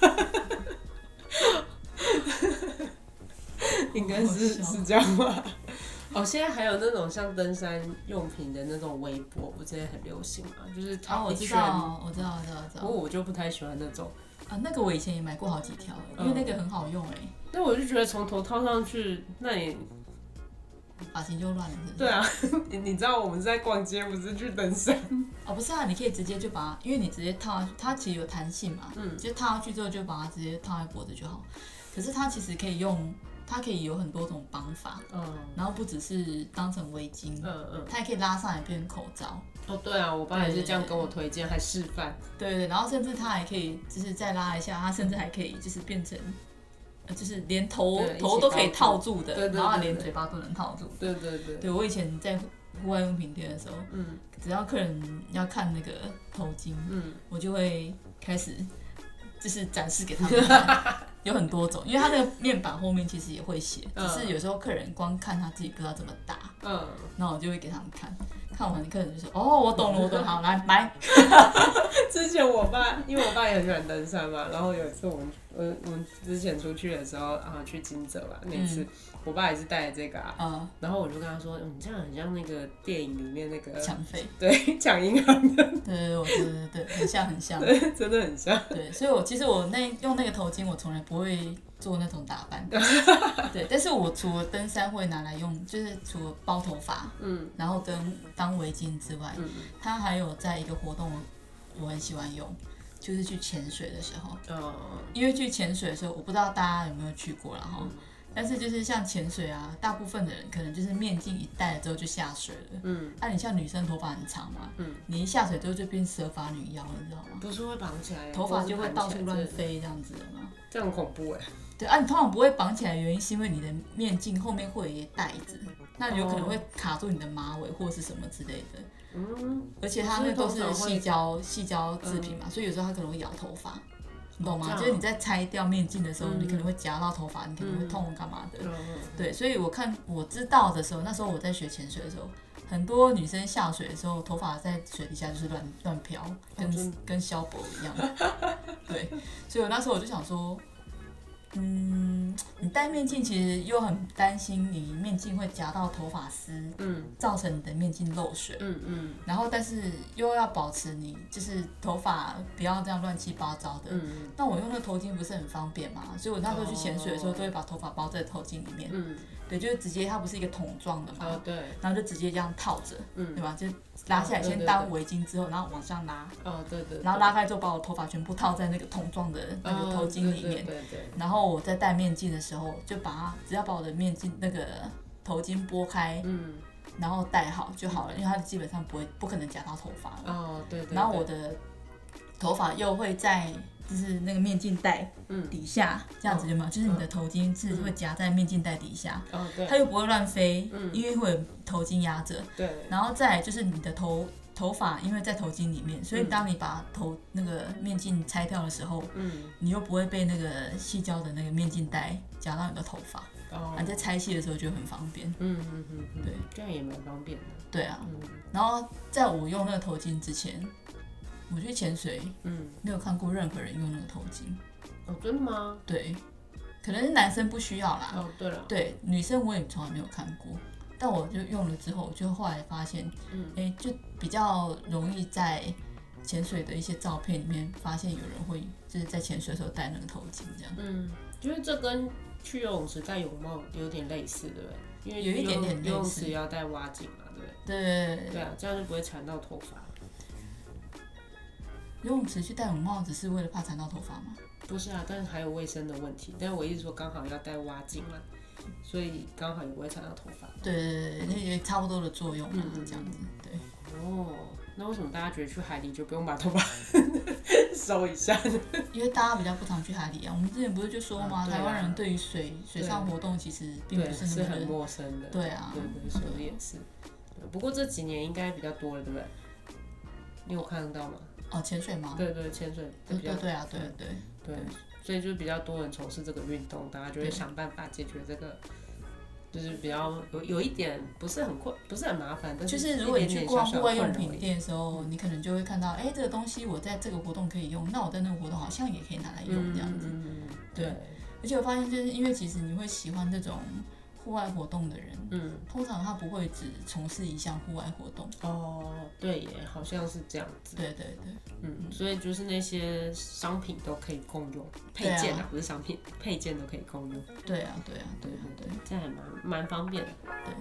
应该是是这样吧？哦，现在还有那种像登山用品的那种围脖，不是也很流行吗？就是它一圈、 哦，我知道，我知道，我知道。 不过我就不太喜欢那种。 啊，那个我以前也买过好几条，因为那个很好用哎、欸。 但我就觉得从头套上去，那你。 发型就乱了是不是？ 对啊，你你知道我们是在逛街，不是去登山。 哦，不是啊，你可以直接就把它，因为你直接套下去，它其实有弹性嘛，嗯，就套下去之后就把它直接套在脖子就好。可是它其实可以用，它可以有很多种绑法，嗯，然后不只是当成围巾，嗯嗯，它也可以拉上来变成口罩。 哦，对啊，我爸也是这样跟我推荐，还示范。 对对，然后甚至它还可以就是再拉一下，它甚至还可以就是变成。就是连头头都可以套住的，对对对对，然后连嘴巴都能套住。 对对对。 对，我以前在户外用品店的时候，嗯，只要客人要看那个头巾，嗯，我就会开始就是展示给他们看，有很多种，因为它那个面板后面其实也会写，只是有时候客人光看他自己不知道怎么打，嗯，然后我就会给他们看。看完客人就说：“哦，我懂了，我懂了，好，来买。” 之前我爸，因为我爸也很喜欢登山嘛，然后有一次我们，我我们之前出去的时候啊，去金泽吧，那次、嗯、我爸也是带着这个啊，嗯、然后我就跟他说：“嗯，你这样很像那个电影里面那个抢匪， 对，抢银行的。” 对，我对对对，很像很像， 对，真的很像。 对，所以我其实我那用那个头巾，我从来不会做那种打扮，对，但是我除了登山会拿来用，就是除了包头发，嗯，然后跟当围巾之外，嗯，它还有在一个活动我很喜欢用，就是去潜水的时候，哦，因为去潜水的时候，我不知道大家有没有去过啦哈，嗯，但是就是像潜水啊，大部分的人可能就是面镜一戴了之后就下水了，嗯，那、啊、你像女生头发很长嘛，嗯，你一下水之后就变蛇发女妖，你知道吗？ 不是会绑起来， 头发就会到处乱飞这样子的吗？ 这样恐怖哎。 对啊，你通常不会绑起来的原因是因为你的面镜后面会有一些带子，那有可能会卡住你的马尾或是什么之类的。嗯，而且它那都是矽胶矽胶制品嘛，嗯，所以有时候它可能会咬头发，你懂吗？就是你在拆掉面镜的时候，嗯，你可能会夹到头发，你可能会痛干嘛的。嗯，对，所以我看我知道的时候，那时候我在学潜水的时候，很多女生下水的时候，头发在水底下就是乱乱飘，跟，哦，跟消薄一样。对，所以我那时候我就想说。嗯，你戴面镜其实又很担心你面镜会夹到头发丝，嗯，造成你的面镜漏水，嗯嗯，然后但是又要保持你就是头发不要这样乱七八糟的，嗯，那我用那个头巾不是很方便嘛，所以我那时候去潜水的时候都会把头发包在头巾里面，嗯，对，就是直接它不是一个桶状的嘛，哦，对，然后就直接这样套着，嗯，对吧？就拉下来先当围巾之后，然后往上拉，哦对对，然后拉开之后把我头发全部套在那个桶状的那个头巾里面，对对对，然后我在戴面镜的时候，就把它只要把我的面镜那个头巾拨开，嗯，然后戴好就好了，因为它基本上不会不可能夹到头发了。 哦，对 对, 对。 然后我的头发又会在就是那个面镜带底下，嗯、这样子有没有？就是你的头巾是会夹在面镜带底下， 哦对， 它又不会乱飞，嗯、因为会有头巾压着。 对。 然后再来就是你的头头发，因为在头巾里面，所以当你把头那个面镜拆掉的时候，嗯，你又不会被那个细胶的那个面镜带夹到你的头发。哦。你在拆卸的时候就很方便。 嗯嗯嗯嗯。对，这样也蛮方便的。 对啊。嗯。然后在我用那个头巾之前。我去潜水，嗯，没有看过任何人用那个头巾。 哦，真的吗？ 对，可能是男生不需要啦。 哦，对了。 对，女生我也从来没有看过，但我就用了之后，就后来发现，嗯，哎、欸，就比较容易在潜水的一些照片里面发现有人会就是在潜水的时候戴那个头巾这样。 嗯，因为这跟去游泳池戴泳帽有点类似，对不对？因为有一点点类似。 游泳池要戴蛙镜嘛，对不对？对对对啊，这样就不会缠到头发。 游泳池去戴泳帽只是为了怕缠到头发吗？ 不是啊，但是还有卫生的问题。但是我一直说刚好要戴蛙镜嘛，所以刚好也不会缠到头发。 对对对，那也差不多的作用嘛，嗯、这样子。对。 哦，那为什么大家觉得去海里就不用把头发收一下呢？ 因为大家比较不常去海里啊。我们之前不是就说吗？啊、台湾人对于水水上活动其实并不是那么是很陌生的。 对啊， 对对，所以也是。不过这几年应该比较多了，对不对？你有看得到吗？ 哦，潜水吗？ 对对，潜水对对对啊，对对对, 对，所以就比较多人从事这个运动，大家就会想办法解决这个，就是比较有有一点不是很困，不是很麻烦，但是就是如果你去逛户外用品店的时候，你可能就会看到，哎，这个东西我在这个活动可以用，那我在那个活动好像也可以拿来用这样子。 嗯嗯对，而且我发现就是因为其实你会喜欢这种户外活动的人，嗯，通常他不会只从事一项户外活动。 哦，对耶，好像是这样子。 对对对， 嗯，所以就是那些商品都可以共用，配件啊，啊不是商品，配件都可以共用。 对啊，对啊，对啊，对， 这样还蛮蛮方便的。 对。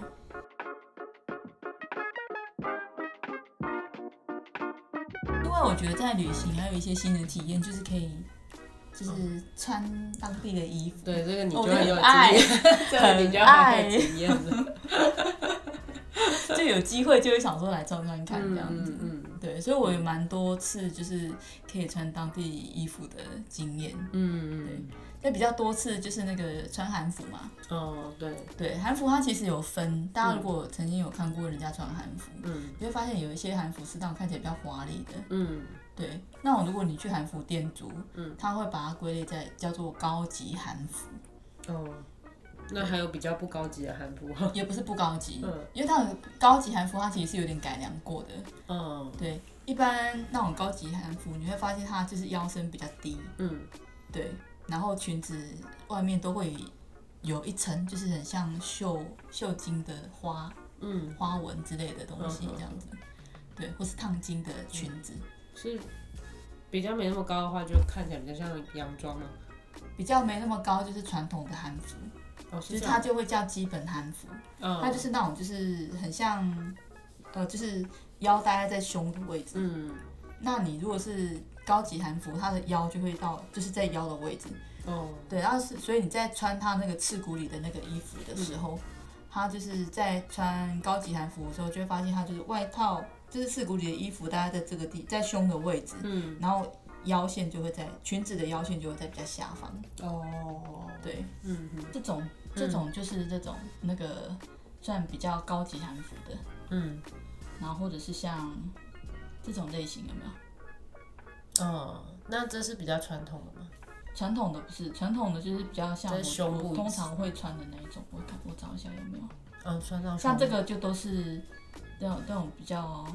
另外，我觉得在旅行还有一些新的体验，就是可以。就是穿当地的衣服， 对这个你就很有经验，这个你就很有经验了， 就有机会就会想说来穿穿看这样子，嗯嗯、对，所以我有蛮多次就是可以穿当地衣服的经验，嗯对，那比较多次就是那个穿韩服嘛， 哦对对，韩服它其实有分，大家如果曾经有看过人家穿韩服，嗯，你会发现有一些韩服是那种看起来比较华丽的，嗯。对，那种如果你去韩服店租，嗯，他会把它归类在叫做高级韩服。 哦，那还有比较不高级的韩服？ 也不是不高级，嗯，因为它的高级韩服它其实是有点改良过的。嗯，对，一般那种高级韩服你会发现它就是腰身比较低，嗯，对，然后裙子外面都会有一层就是很像绣绣金的花，嗯，花纹之类的东西这样子，嗯、对，或是烫金的裙子。嗯是比较没那么高的话，就看起来比较像洋装吗？ 比较没那么高，就是传统的韩服，哦、是就是它就会叫基本韩服，嗯、它就是那种就是很像，呃，就是腰大概在胸的位置。嗯，那你如果是高级韩服，它的腰就会到就是在腰的位置。哦，对，然后是所以你在穿它那个刺骨里的那个衣服的时候，嗯、它就是在穿高级韩服的时候，就会发现它就是外套。就是刺骨里的衣服，大概在这个地，在胸的位置，嗯，然后腰线就会在裙子的腰线就会在比较下方。哦，对，嗯嗯，这种这种就是这种那个算比较高级韩服的，嗯，然后或者是像这种类型有没有？ 哦，那这是比较传统的吗？ 传统的不是，传统的就是比较像我我通常会穿的那一种。我看我找一下有没有？ 嗯，穿上像这个就都是。那种那种比较，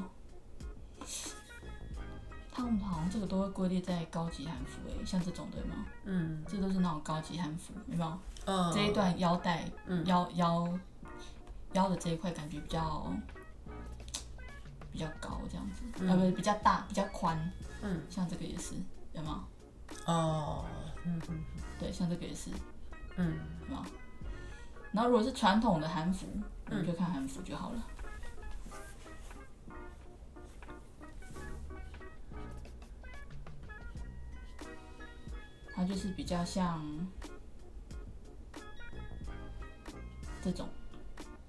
他们好像这个都会归类在高级韩服诶，像这种对吗？嗯，这都是那种高级韩服，有没有？嗯，这一段腰带，嗯、腰腰腰的这一块感觉比较比较高这样子，嗯、呃不比较大比较宽，嗯，像这个也是，有没有？哦，嗯嗯，对，像这个也是，嗯，有没有？然后如果是传统的韩服，我们就看韩服就好了。它就是比较像这种，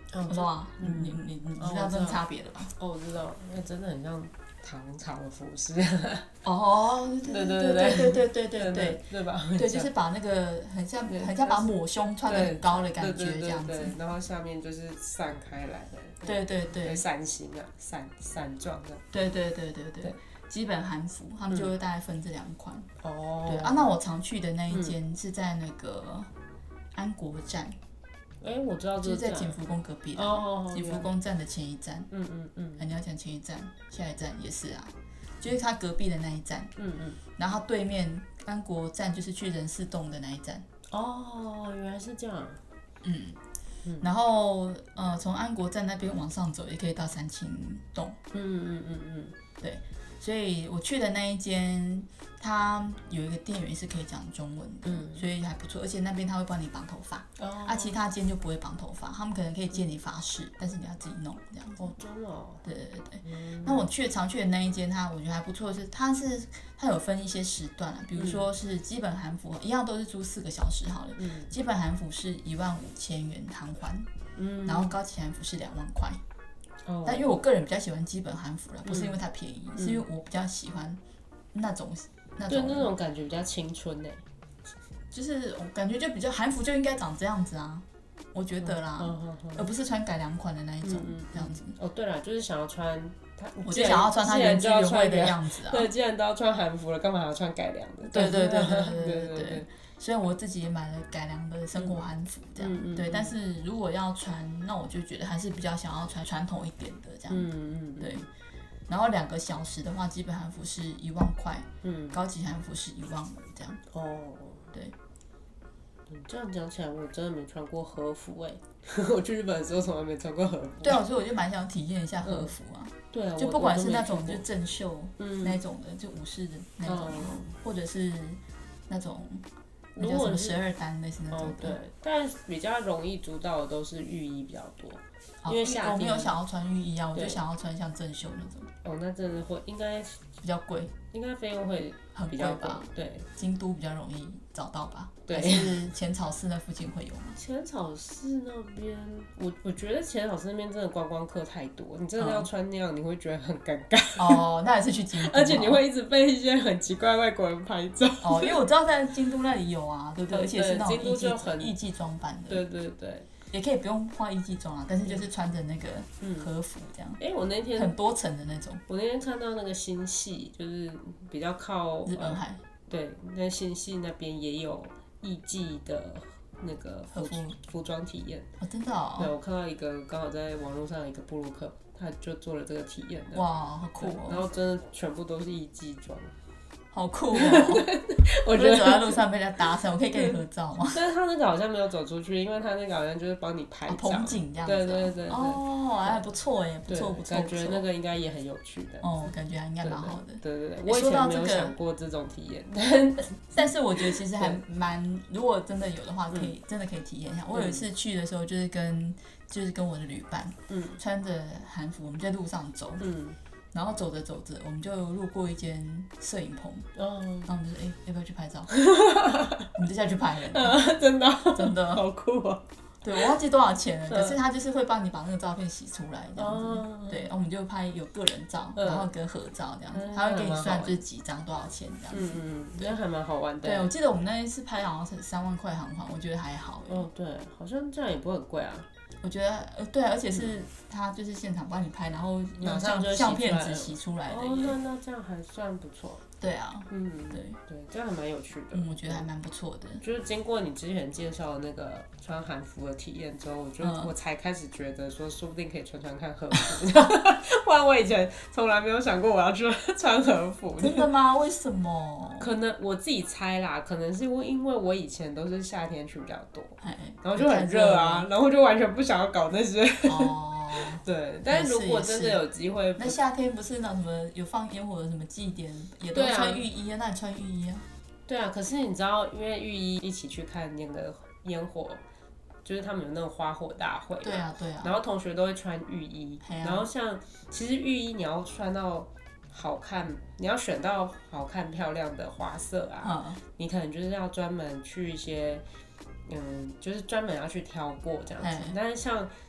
嗯、我知道啊，嗯、你你你知道这种差别的吧？ 哦，我知道，那真的很像唐朝的服饰。 哦，对对对对对对对对对对吧？ 对，就是把那个很像很像把抹胸穿得很高的感觉这样子， 然后下面就是散开来的。 对对对， 伞形啊，伞伞状的。 对对对对对。基本韩服，他们就会大概分这两款。 哦、 嗯。对啊，那我常去的那一间是在那个安国站。 哎、欸，我知道这个就是在景福宫隔壁的。哦。景福宫站的前一站。嗯嗯嗯。啊，你要讲前一站，下一站也是啊，就是它隔壁的那一站。嗯嗯。然后对面安国站就是去仁寺洞的那一站。 哦，原来是这样。 嗯。嗯然后呃，从安国站那边往上走，也可以到三清洞。嗯嗯嗯嗯。对。所以我去的那一间，它有一个店员是可以讲中文的，嗯、所以还不错。而且那边他会帮你绑头发，哦、啊，其他间就不会绑头发，他们可能可以借你发饰，但是你要自己弄这样子。 哦，真的、哦。 对对对。嗯、那我去常去的那一间，它我觉得还不错，是它是它有分一些时段啊，比如说是基本韩服，一样都是租四个小时好了。嗯、基本韩服是一万五千元韩环，嗯、然后高级韩服是两万块。但因为我个人比较喜欢基本韩服啦，不是因为它便宜，嗯、是因为我比较喜欢那种那种对那种感觉比较青春诶， 就是我感觉就比较韩服就应该长这样子啊，我觉得啦，嗯嗯嗯、而不是穿改良款的那一种、嗯、这样子。 哦，对了，就是想要穿它， 我就想要穿它原汁原味的样子啊。 对，既然都要穿韩服了，干嘛还要穿改良的？ 对对对对对对对对。虽然我自己也买了改良的生活韩服，这样、嗯、对，但是如果要穿，那我就觉得还是比较想要穿传统一点的这样，嗯嗯对。然后两个小时的话，基本韩服是一万块，嗯，高级韩服是一万五这样。哦，对。 你这样讲起来，我真的没穿过和服哎、欸，我去日本的时候从来没穿过和服。 对啊，所以我就蛮想体验一下和服啊。嗯、 对啊， 就不管是那种就正秀那种的，就武士的那种，嗯、或者是那种。那叫什么十二单类似那种的、 哦，对，但比较容易租到的都是浴衣比较多，因为夏天我没有想要穿浴衣啊，我就想要穿像正秀那种。 哦，那真的会应该比较贵， 应该费用会很贵吧？ 对， 京都比较容易找到吧？ 对， 还是浅草寺那附近会有吗？ 浅草寺那边，我我觉得浅草寺那边真的观光客太多，你真的要穿那样，嗯、你会觉得很尴尬。 哦，那还是去京都。 而且你会一直被一些很奇怪外国人拍照。 哦，因为我知道在京都那里有啊，对不对？而且是那种艺伎艺伎装扮的。 对对对。 也可以不用画艺伎装啊，但是就是穿着那个和服这样。 哎、嗯欸，我那天很多层的那种。 我那天看到那个新系，就是比较靠日本海。呃、 对，那新系那边也有艺伎的那个服服装体验。 哦，真的哦。 对，我看到一个刚好在网络上的一个部落客，他就做了这个体验。 哇，好酷哦！ 然后真的全部都是艺伎装。 好酷哦！我觉得走在路上被人家搭讪，我可以跟你合照吗？ 但是他那个好像没有走出去，因为他那个好像就是帮你拍照、 棚景这样子。 对对对对。 哦，还不错耶，不错不错。 感觉那个应该也很有趣的。 哦，感觉应该蛮好的。 对对对，我以前没有想过这种体验， 但是我觉得其实还蛮，如果真的有的话，可以真的可以体验一下。我有一次去的时候，就是跟就是跟我的旅伴，嗯，穿着韩服，我们在路上走，嗯。然后走着走着，我们就路过一间摄影棚，哦、然后我们就说：“哎、欸，要不要去拍照？”我们就下去拍了、 嗯，真的， 真的， 好酷啊！ 对，我忘记多少钱了，可是他就是会帮你把那个照片洗出来这样子。嗯、对，然后我们就拍有个人照，然后跟合照这样子，嗯、他会给你算就是几张多少钱这样子。 嗯嗯，这还蛮好玩的。 对，我记得我们那一次拍好像是三万块韩环，我觉得还好。 哦，对，好像这样也不会很贵啊。 我觉得呃对、啊，而且是他就是现场帮你拍，然后用相相片纸洗出来的。 哦，那那这样还算不错。 对啊，嗯，对对，这样还蛮有趣的。 嗯，我觉得还蛮不错的。 就是经过你之前介绍的那个穿韩服的体验之后，我就、嗯、我才开始觉得说，说不定可以穿穿看和服。不然我以前从来没有想过我要去穿和服。 真的吗？为什么？ 可能我自己猜啦，可能是因为我以前都是夏天去比较多，然后就很热啊，然后就完全不想要搞那些。哦。对，但是如果真的有机会， 那夏天不是那什么有放烟火的什么祭典，也都穿浴衣啊？那你穿浴衣啊？ 对啊，可是你知道，因为浴衣一起去看那个烟火，就是他们有那种花火大会， 对啊对啊， 然后同学都会穿浴衣，啊、然后像其实浴衣你要穿到好看，你要选到好看漂亮的花色啊，嗯、你可能就是要专门去一些。嗯，就是专门要去挑过这样子，但是像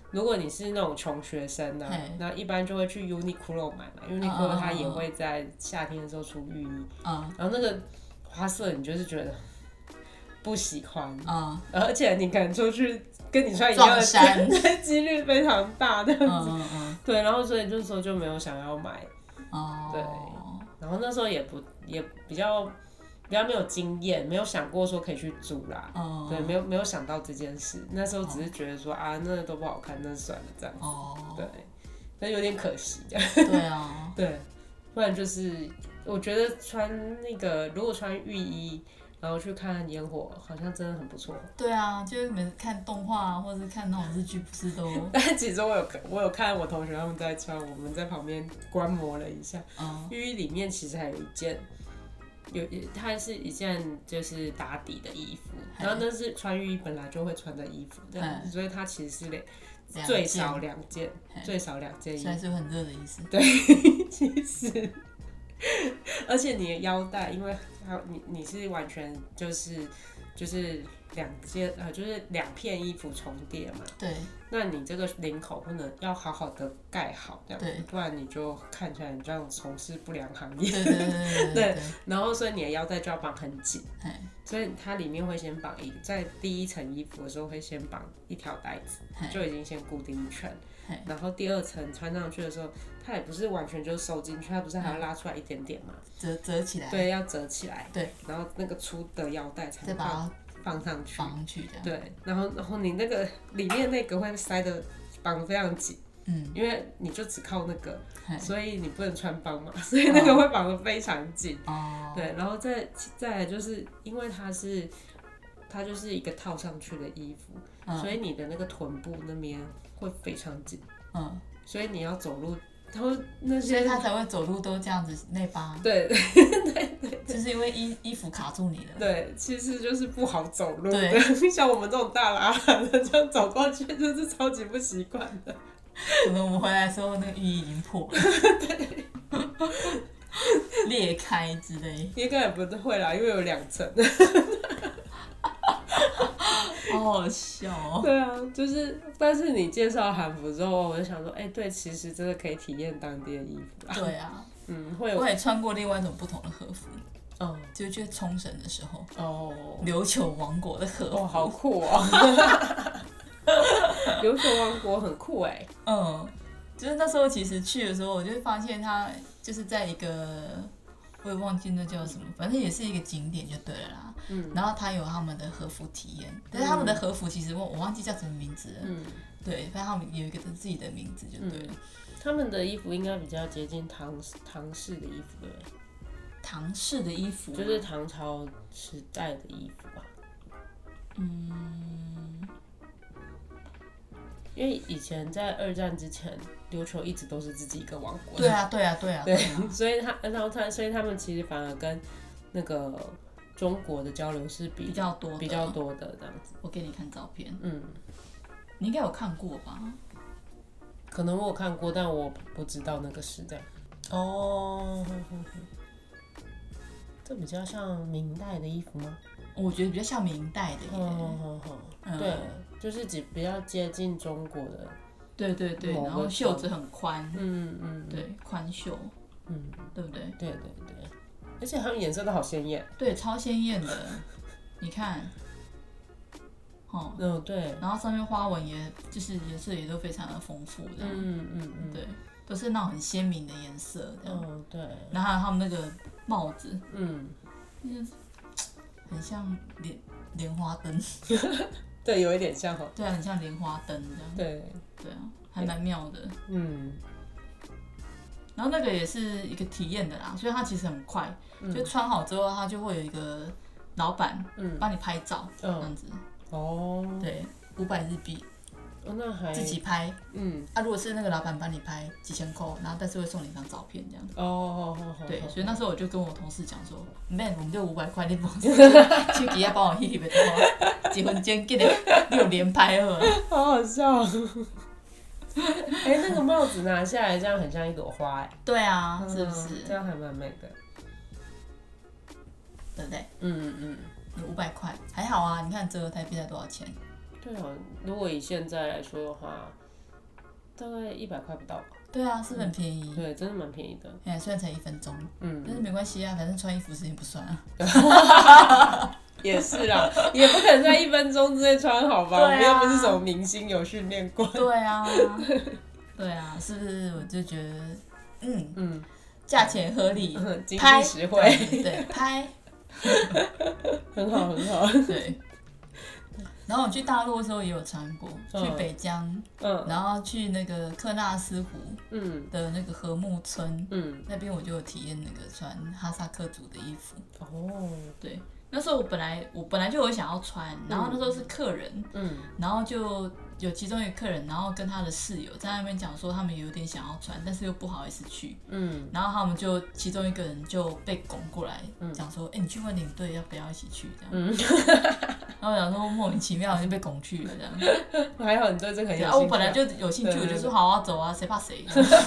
如果你是那种穷学生呢、啊，那一般就会去 Uniqlo 买嘛 ，Uniqlo 它也会在夏天的时候出浴衣，嗯、然后那个花色你就是觉得不喜欢，嗯、而且你可能出去跟你穿一样的几率非常大这样子，嗯嗯、对，然后所以那时候就没有想要买，哦、对，然后那时候也不也比较。比较没有经验，没有想过说可以去租啦，哦、对，没有没有想到这件事。那时候只是觉得说、哦、啊，那都不好看，那算了这样子。哦、对，那有点可惜这样。 对啊， 对，不然就是我觉得穿那个，如果穿浴衣，然后去看烟火，好像真的很不错。 对啊，就是每次看动画啊，或者是看那种日剧，不是都？ 但其实我有我有看我同学他们在穿，我们在旁边观摩了一下。嗯、浴衣里面其实还有一件。有，它是一件就是打底的衣服，然后那是穿浴衣本来就会穿的衣服，这样子，所以它其实是最少两件，最少两件衣服， 现在是很热的意思。 对，其实，而且你的腰带，因为你你是完全就是就是两件呃就是两片衣服重叠嘛， 对， 那你这个领口不能要好好的盖好，这样子，不然你就看起来你这样从事不良行业。 对对对 对, 对, 对。 然后所以你的腰带就要绑很紧，所以它里面会先绑一，在第一层衣服的时候会先绑一条带子，就已经先固定一圈。然后第二层穿上去的时候，它也不是完全就收进去，它不是还要拉出来一点点嘛？ 折折起来。 对，要折起来。 对。 然后那个粗的腰带才能放上去。 放上去这样。 对，然后然后你那个里面那个会塞的绑得非常紧，嗯，因为你就只靠那个，所以你不能穿帮嘛，所以那个会绑得非常紧。哦。对，然后再再来就是因为它是它就是一个套上去的衣服，嗯、所以你的那个臀部那边会非常紧，嗯，所以你要走路。然后那些， 所以他才会走路都这样子内八。 对对对对， 就是因为衣衣服卡住你了。 对，其实就是不好走路。对，像我们这种大拉拉的这样走过去，就是超级不习惯的。 可能我们回来的时候，那个浴衣已经破了，对，裂开之类。 应该也不会啦，因为有两层。 好好笑哦。 对啊，就是，但是你介绍韩服之后，我就想说，哎、欸，对，其实真的可以体验当地的衣服啦。 对啊， 嗯，会有。 我也穿过另外一种不同的和服，嗯，就去冲绳的时候，哦，琉球王国的和服， 哦，好酷哦。琉球王国很酷哎。 嗯，就是那时候其实去的时候，我就会发现它就是在一个。我也忘记那叫什么，反正也是一个景点就对了啦。嗯，然后他有他们的和服体验，但是他们的和服其实我我忘记叫什么名字了。嗯，对，反正他们有一个自己的名字就对了。嗯、 他们的衣服应该比较接近唐唐式的衣服，对不对？ 唐式的衣服就是唐朝时代的衣服吧。嗯，因为以前在二战之前。琉球一直都是自己一个王国。 对啊，对啊，对啊。 对，所以他，然后他，所以他们其实反而跟那个中国的交流是比比较多、 比较多的这样子。 我给你看照片，嗯，你应该有看过吧？ 可能我有看过，但我不知道那个时代。哦，呵呵呵，这比较像明代的衣服吗？ 我觉得比较像明代的耶。 哦，嗯、对，就是比较接近中国的。 对对对，然后袖子很宽，嗯嗯，对，宽袖，嗯，对不对？ 对对对，而且它们颜色都好鲜艳， 对，超鲜艳的，你看，哦， 嗯对， 然后上面花纹也就是颜色也都非常的丰富的，嗯嗯嗯，对，都是那种很鲜明的颜色，嗯对，然后还有他们那个帽子，嗯，很像莲莲花灯。 对，有一点像哈。 对啊，很像莲花灯这样。 对。 对啊，还蛮妙的。嗯。然后那个也是一个体验的啦，所以它其实很快，嗯、就穿好之后，它就会有一个老板帮你拍照，这样子。哦。对，五百日币。 哦，那还自己拍。嗯。啊，如果是那个老板帮你拍，几千块，然后但是会送你一张照片这样。哦哦哦。对，所以那时候我就跟我同事讲说 ，man， 我们就五百块，你帮我去底下帮我翕翕的，结婚间给你你有连拍了。 好好笑。哎、欸，那个帽子拿下来，这样很像一朵花哎、欸。 对啊，是不是？ 这样还蛮美的， 对不对？嗯嗯，五百块还好啊，你看折合台币才多少钱？ 对啊，如果以现在来说的话， 大概一百块不到吧。 对啊，是很便宜。 嗯、对，真的蛮便宜的。 哎，虽然才一分钟， 嗯， 但是没关系啊，反正穿衣服时间不算啊。 也是啦，也不可能在一分钟之内穿好吧？啊、我们又不是什么明星有训练过。 对啊，对啊，是不是？我就觉得，嗯嗯， 价钱合理， 嗯、经济实惠， 对，对拍， 很好很好。 对。然后我去大陆的时候也有穿过， 嗯、 去北疆，嗯，然后去那个克纳斯湖，嗯的那个禾木村，嗯，那边我就有体验那个穿哈萨克族的衣服。哦，对，那时候我本来我本来就有想要穿，然后那时候是客人，嗯，然后就有其中一个客人，然后跟他的室友在那边讲说他们有点想要穿，但是又不好意思去，嗯，然后他们就其中一个人就被拱过来，讲说，哎、欸，你去问领队要不要一起去这样。嗯然后我想说莫名其妙就被拱去了这样， 还好你对这个很有兴趣、啊。 啊，我本来就有兴趣，我就说好啊，走啊，谁怕谁。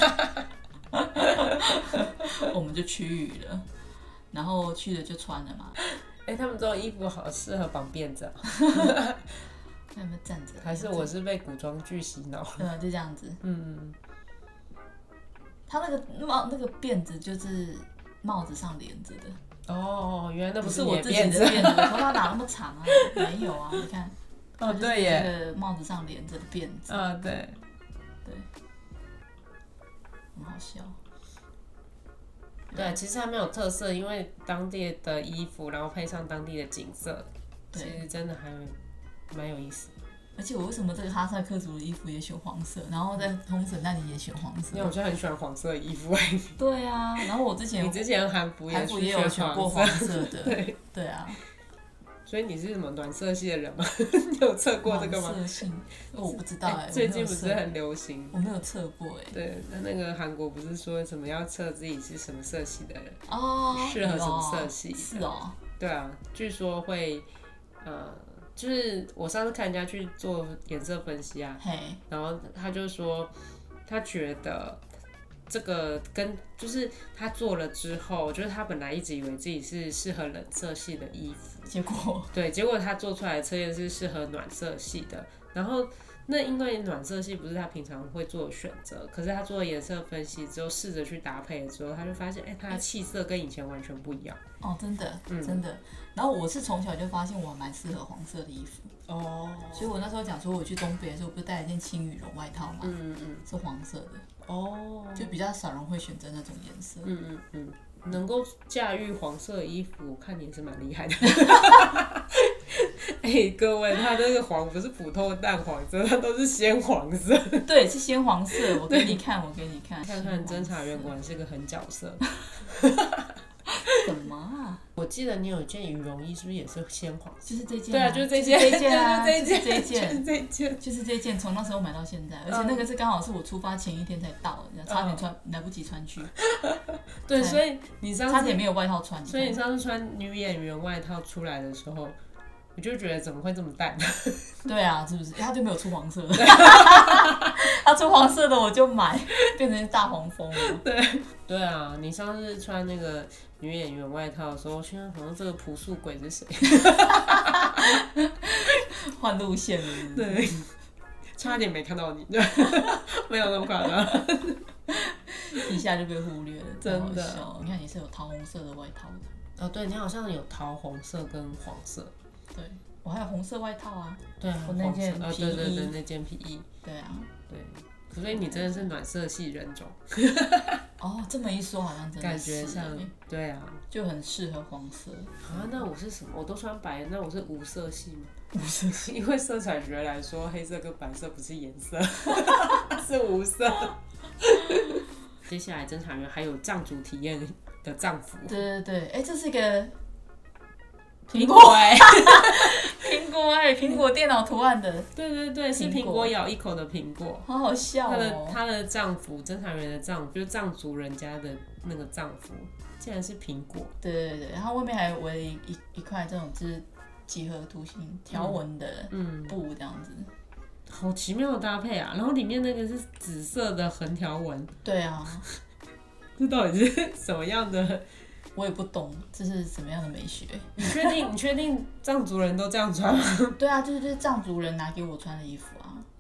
我们就去了，然后去了就穿了嘛。 哎、欸，他们这种衣服好适合绑辫子啊。 那有没有站着？ 还是我是被古装剧洗脑？ 对啊，就这样子。嗯。他那个帽那个辫子就是帽子上连着的。 哦，原来那不是我自己的辫子，我头发哪那么长啊？没有啊，你看， 哦对耶， 那个帽子上连着的辫子， 啊对， 对，很好笑。 对，其实还蛮有特色，因为当地的衣服，然后配上当地的景色，其实真的还蛮有意思。 而且我为什么这个哈萨克族的衣服也选黄色，然后在冲绳那里也选黄色？ 因为我就很喜欢黄色的衣服。 对啊，然后我之前你之前韩服也也有选过黄色的， 对对啊。 所以你是什么暖色系的人吗？你有测过这个吗？ 暖色系，我不知道哎、欸。 最近不是很流行？ 我没有测过哎、欸。 对，那那个韩国不是说什么要测自己是什么色系的人？ 哦， 适合什么色系？ 是哦。 对啊，据说会呃。就是我上次看人家去做颜色分析啊， hey. 然后他就说他觉得这个跟就是他做了之后，就是他本来一直以为自己是适合冷色系的衣服， 结果对，结果他做出来的测验是适合暖色系的，然后那因为暖色系不是他平常会做的选择，可是他做了颜色分析之后，试着去搭配了之后，他就发现，哎、欸，他的气色跟以前完全不一样。 哦，真的，嗯、真的。然后我是从小就发现我蛮适合黄色的衣服。哦。所以我那时候讲说我去东北的时候，我不是带了一件轻羽绒外套嘛，嗯嗯，是黄色的。哦。就比较少人会选择那种颜色。 嗯嗯嗯。能够驾驭黄色的衣服，我看你也是蛮厉害的。哎、欸，各位，它这个黄不是普通的淡黄色，它都是鲜黄色。 对，是鲜黄色。我给你看，我给你看。 看看侦查员果然是个狠角色。 什么啊？ 我记得你有一件羽绒衣，是不是也是鲜黄色？ 就是这件、啊。 对啊，就是这件。 这件啊， 就是这件， 就是这件， 就是这件，从那时候买到现在，而且那个是刚好是我出发前一天才到的，差点穿来不及穿去。 对，所以你上次差点没有外套穿。 所以你上次穿女演员外套出来的时候，我就觉得怎么会这么淡？ 对啊，是不是？他就没有出黄色的。他出黄色的我就买，变成大黄蜂了。 对对啊，你上次穿那个女演员外套的时候，现在好像这个朴素鬼是谁？ 换路线了是不是？ 对，差点没看到你，没有那么夸张， 一下就被忽略了， 真的。 你看你是有桃红色的外套的。 哦，对，你好像有桃红色跟黄色。 对，我还有红色外套啊。 对啊， 我那件皮衣。 哦，对对对，那件皮衣。 对啊。 对。所以你真的是暖色系人种。 哦，这么一说好像真的是。 感觉上，对啊， 就很适合黄色。 啊，那我是什么？我都穿白，那我是无色系吗？ 无色系， 因为色彩学来说，黑色跟白色不是颜色，是无色。接下来侦查员还有藏族体验的藏服。 对对对，哎、欸，这是一个苹果哎、欸， 苹果哎、欸，苹果电脑图案的。 对对对，是苹果咬一口的苹果。 好好笑哦。 他的他的藏服，侦查员的藏服，就是藏族人家的那个藏服，竟然是苹果。 对对对，然后外面还围了一一一块这种就是几何图形条纹的布这样子。嗯嗯， 好奇妙的搭配啊！然后里面那个是紫色的横条纹。 对啊， 这到底是什么样的？ 我也不懂这是什么样的美学。 你确定？你确定藏族人都这样穿吗？ 对啊，就是就是藏族人拿给我穿的衣服啊。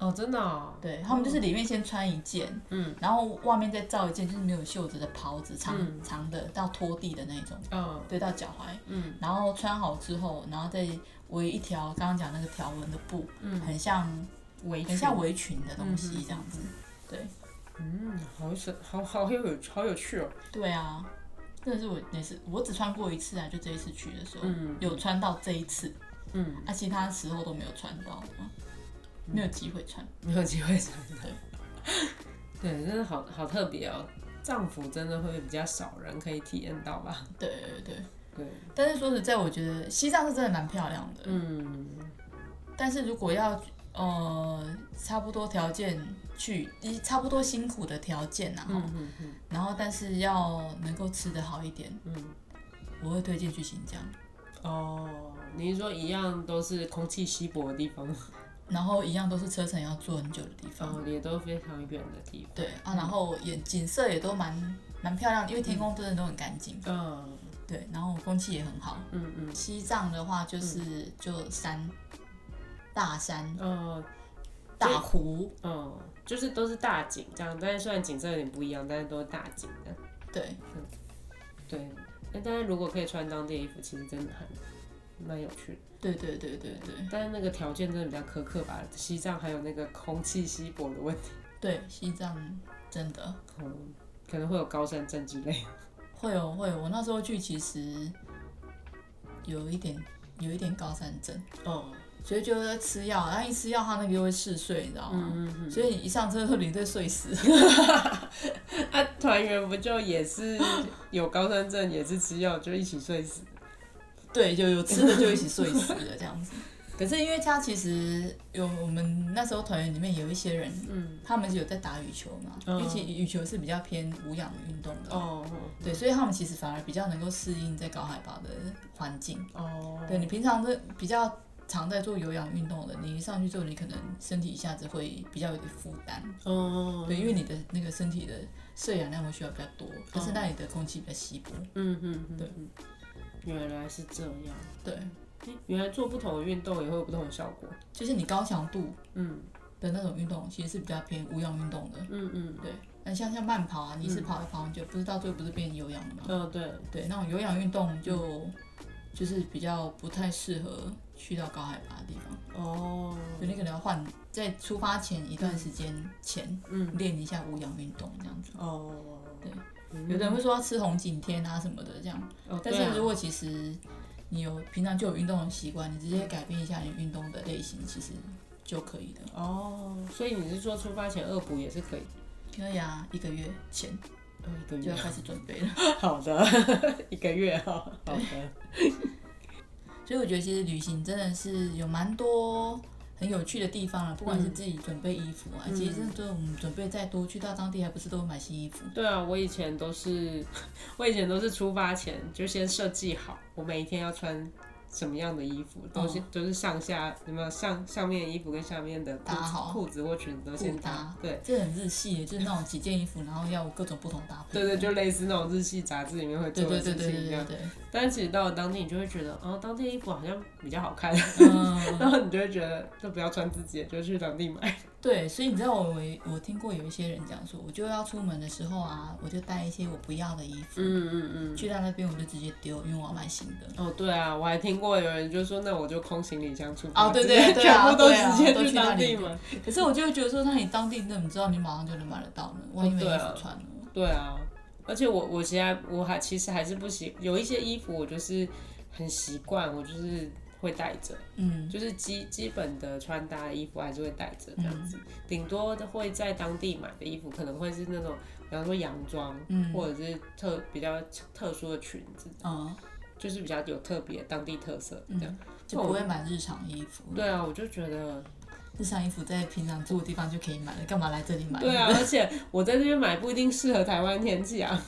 哦，真的、哦。 对，他们就是里面先穿一件，嗯，然后外面再罩一件就是没有袖子的袍子，长、嗯、长的到拖地的那种，嗯，对，到脚踝，嗯，然后穿好之后，然后再围一条刚刚讲那个条纹的布，嗯，很像围很像围裙的东西这样子，嗯、对， 嗯，好神，好好有好有趣哦。 对啊。真的是我那次，我只穿过一次啊，就这一次去的时候，嗯、有穿到这一次，嗯，啊，其他时候都没有穿到，没有机会穿， 没有机会穿，对，对，真的好好特别哦，藏服真的会比较少人可以体验到吧？ 对对对对， 但是说实在，我觉得西藏是真的蛮漂亮的，嗯，但是如果要呃差不多条件去，差不多辛苦的条件啊，嗯嗯嗯，然后但是要能够吃得好一点，嗯，我会推荐去新疆。 哦，你是说一样都是空气稀薄的地方， 然后一样都是车程要坐很久的地方， 哦，也都非常远的地方。 对啊，然后也景色也都蛮蛮漂亮，因为天空真的都很干净。嗯，对，然后空气也很好。嗯嗯。西藏的话就是、嗯、就山，大山，嗯，大湖， 嗯，就是都是大景这样，但是虽然景色有点不一样，但是都是大景的。 对， 嗯，对。但是如果可以穿当地的衣服，其实真的很蛮有趣的。 对对对对对。 但是那个条件真的比较苛刻吧？西藏还有那个空气稀薄的问题。 对，西藏真的。 嗯，可能会有高山症之类的。 会有会有，我那时候去其实有一点有一点高山症。哦。所以就在吃药，然后一吃药，他那个又会嗜睡，你知道吗？嗯嗯嗯，所以你一上车就领队睡死。 啊，团员不就也是有高山症，也是吃药，就一起睡死。 对，就有吃的就一起睡死了这样子。可是因为他其实有我们那时候团员里面有一些人，嗯，他们有在打羽球嘛，嗯、因为其实羽球是比较偏无氧运动的。哦。对，所以他们其实反而比较能够适应在高海拔的环境。哦。对你平常的比较常在做有氧运动的，你一上去之后，你可能身体一下子会比较有点负担。哦。对，因为你的那个身体的摄氧量会需要比较多，可是那里的空气比较稀薄。嗯嗯嗯。对。 原来是这样。 对。 原来做不同的运动也会有不同的效果。 就是你高强度嗯的那种运动，其实是比较偏无氧运动的。嗯嗯。对。那像像慢跑啊，你是跑一跑就不是到最后不是变有氧了吗？ 嗯，对。 对，那种有氧运动就、嗯、就是比较不太适合去到高海拔的地方。哦。所以你可能要换在出发前一段时间前，嗯，练一下无氧运动这样子。哦。对。嗯、有的人会说要吃红景天啊什么的这样，哦、但是如果其实你有平常就有运动的习惯，你直接改变一下你运动的类型，其实就可以了。 哦，所以你是说出发前恶补也是可以？ 可以啊，一个月前， 哦、一个月就要开始准备了。 好的，一个月哈，好的。 所以我觉得其实旅行真的是有蛮多很有趣的地方了，不管是自己准备衣服啊，嗯、其实真的我们准备再多，去到当地还不是都会买新衣服？ 对啊，我以前都是，我以前都是出发前就先设计好，我每一天要穿什么样的衣服，都是、哦、都是上下有没有上上面的衣服跟下面的搭好裤子或裙子都先搭，对， 这很日系耶，就是那种几件衣服，然后要有各种不同搭配。 对对，就类似那种日系杂志里面会做的事情一样。但是其实到了当地，你就会觉得，哦，当地衣服好像比较好看，嗯、然后你就会觉得，就不要穿自己的，就去当地买。 对，所以你知道我我听过有一些人讲说，我就要出门的时候啊，我就带一些我不要的衣服，嗯嗯嗯，去到那边我就直接丢，因为我要买新的。 哦，对啊，我还听过有人就说，那我就空行李箱出发， 哦，对对对啊， 全部都直接去当地买。 可是我就会觉得说，那你当地你怎么知道你马上就能买得到呢？万一没衣服穿了。 对啊，而且我我现在我还其实还是不习，有一些衣服我就是很习惯，我就是会带着，嗯，就是基基本的穿搭的衣服还是会带着这样子，顶、嗯、多会在当地买的衣服可能会是那种，比方说洋装，嗯，或者是特比较特殊的裙子，嗯，就是比较有特别当地特色这样、嗯， 就不会买日常衣服。 对啊，我就觉得日常衣服在平常住的地方就可以买了，干嘛来这里买？ 对啊，而且我在这边买不一定适合台湾天气啊。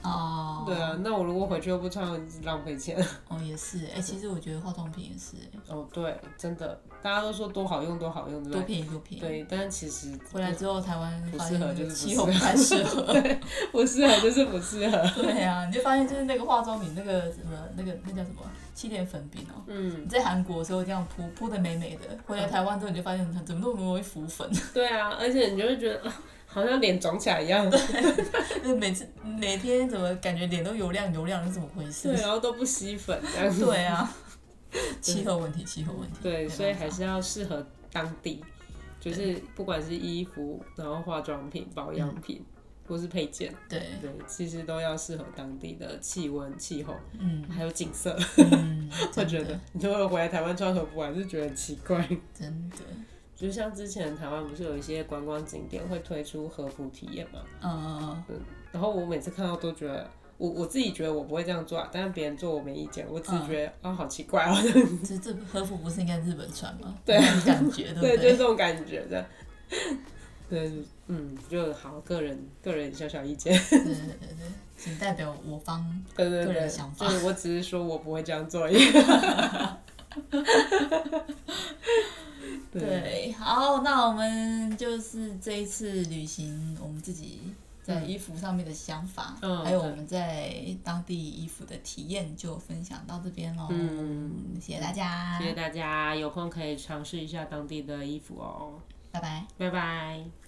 哦， 对啊，那我如果回去又不穿，浪费钱。 哦，也是，哎、欸，其实我觉得化妆品也是、欸， 哦，对，真的，大家都说多好用多好用，对不对？ 多便宜多便宜。 对，但是其实回来之后，台湾不适合，就是气候不太适合， 对，不适合就是不适合。 对啊，你就发现就是那个化妆品那个什么那个那叫什么气垫粉饼哦、喔，嗯，你在韩国的时候这样铺铺的美美的，回来台湾之后你就发现怎么那么容易浮粉。 对啊，而且你就会觉得。好像脸肿起来一样， 对，每次每天怎么感觉脸都油亮油亮，是怎么回事？ 对，然后都不吸粉这样子。 对啊，气候问题，气候问题。 对，所以还是要适合当地，就是不管是衣服，然后化妆品、保养品，嗯、或是配件， 对对，其实都要适合当地的气温、气候，嗯，还有景色。 嗯， 我觉得你如果回来台湾穿和服，还是觉得很奇怪。 真的。 就像之前台湾不是有一些观光景点会推出和服体验嘛？嗯嗯。然后我每次看到都觉得，我我自己觉得我不会这样做啊，但是别人做我没意见，我只是觉得、嗯、啊好奇怪哦。 这这和服不是应该日本穿吗？ 对， 感觉对不对？对，就是这种感觉的。对，嗯，就好，个人个人小小意见。 对对对对，仅代表我方个人的想法。 对对对，就是我只是说我不会这样做而已。 对，好，那我们就是这一次旅行，我们自己在衣服上面的想法，嗯、还有我们在当地衣服的体验，就分享到这边喽。嗯，谢谢大家， 谢谢大家，有空可以尝试一下当地的衣服哦。 拜拜， 拜拜。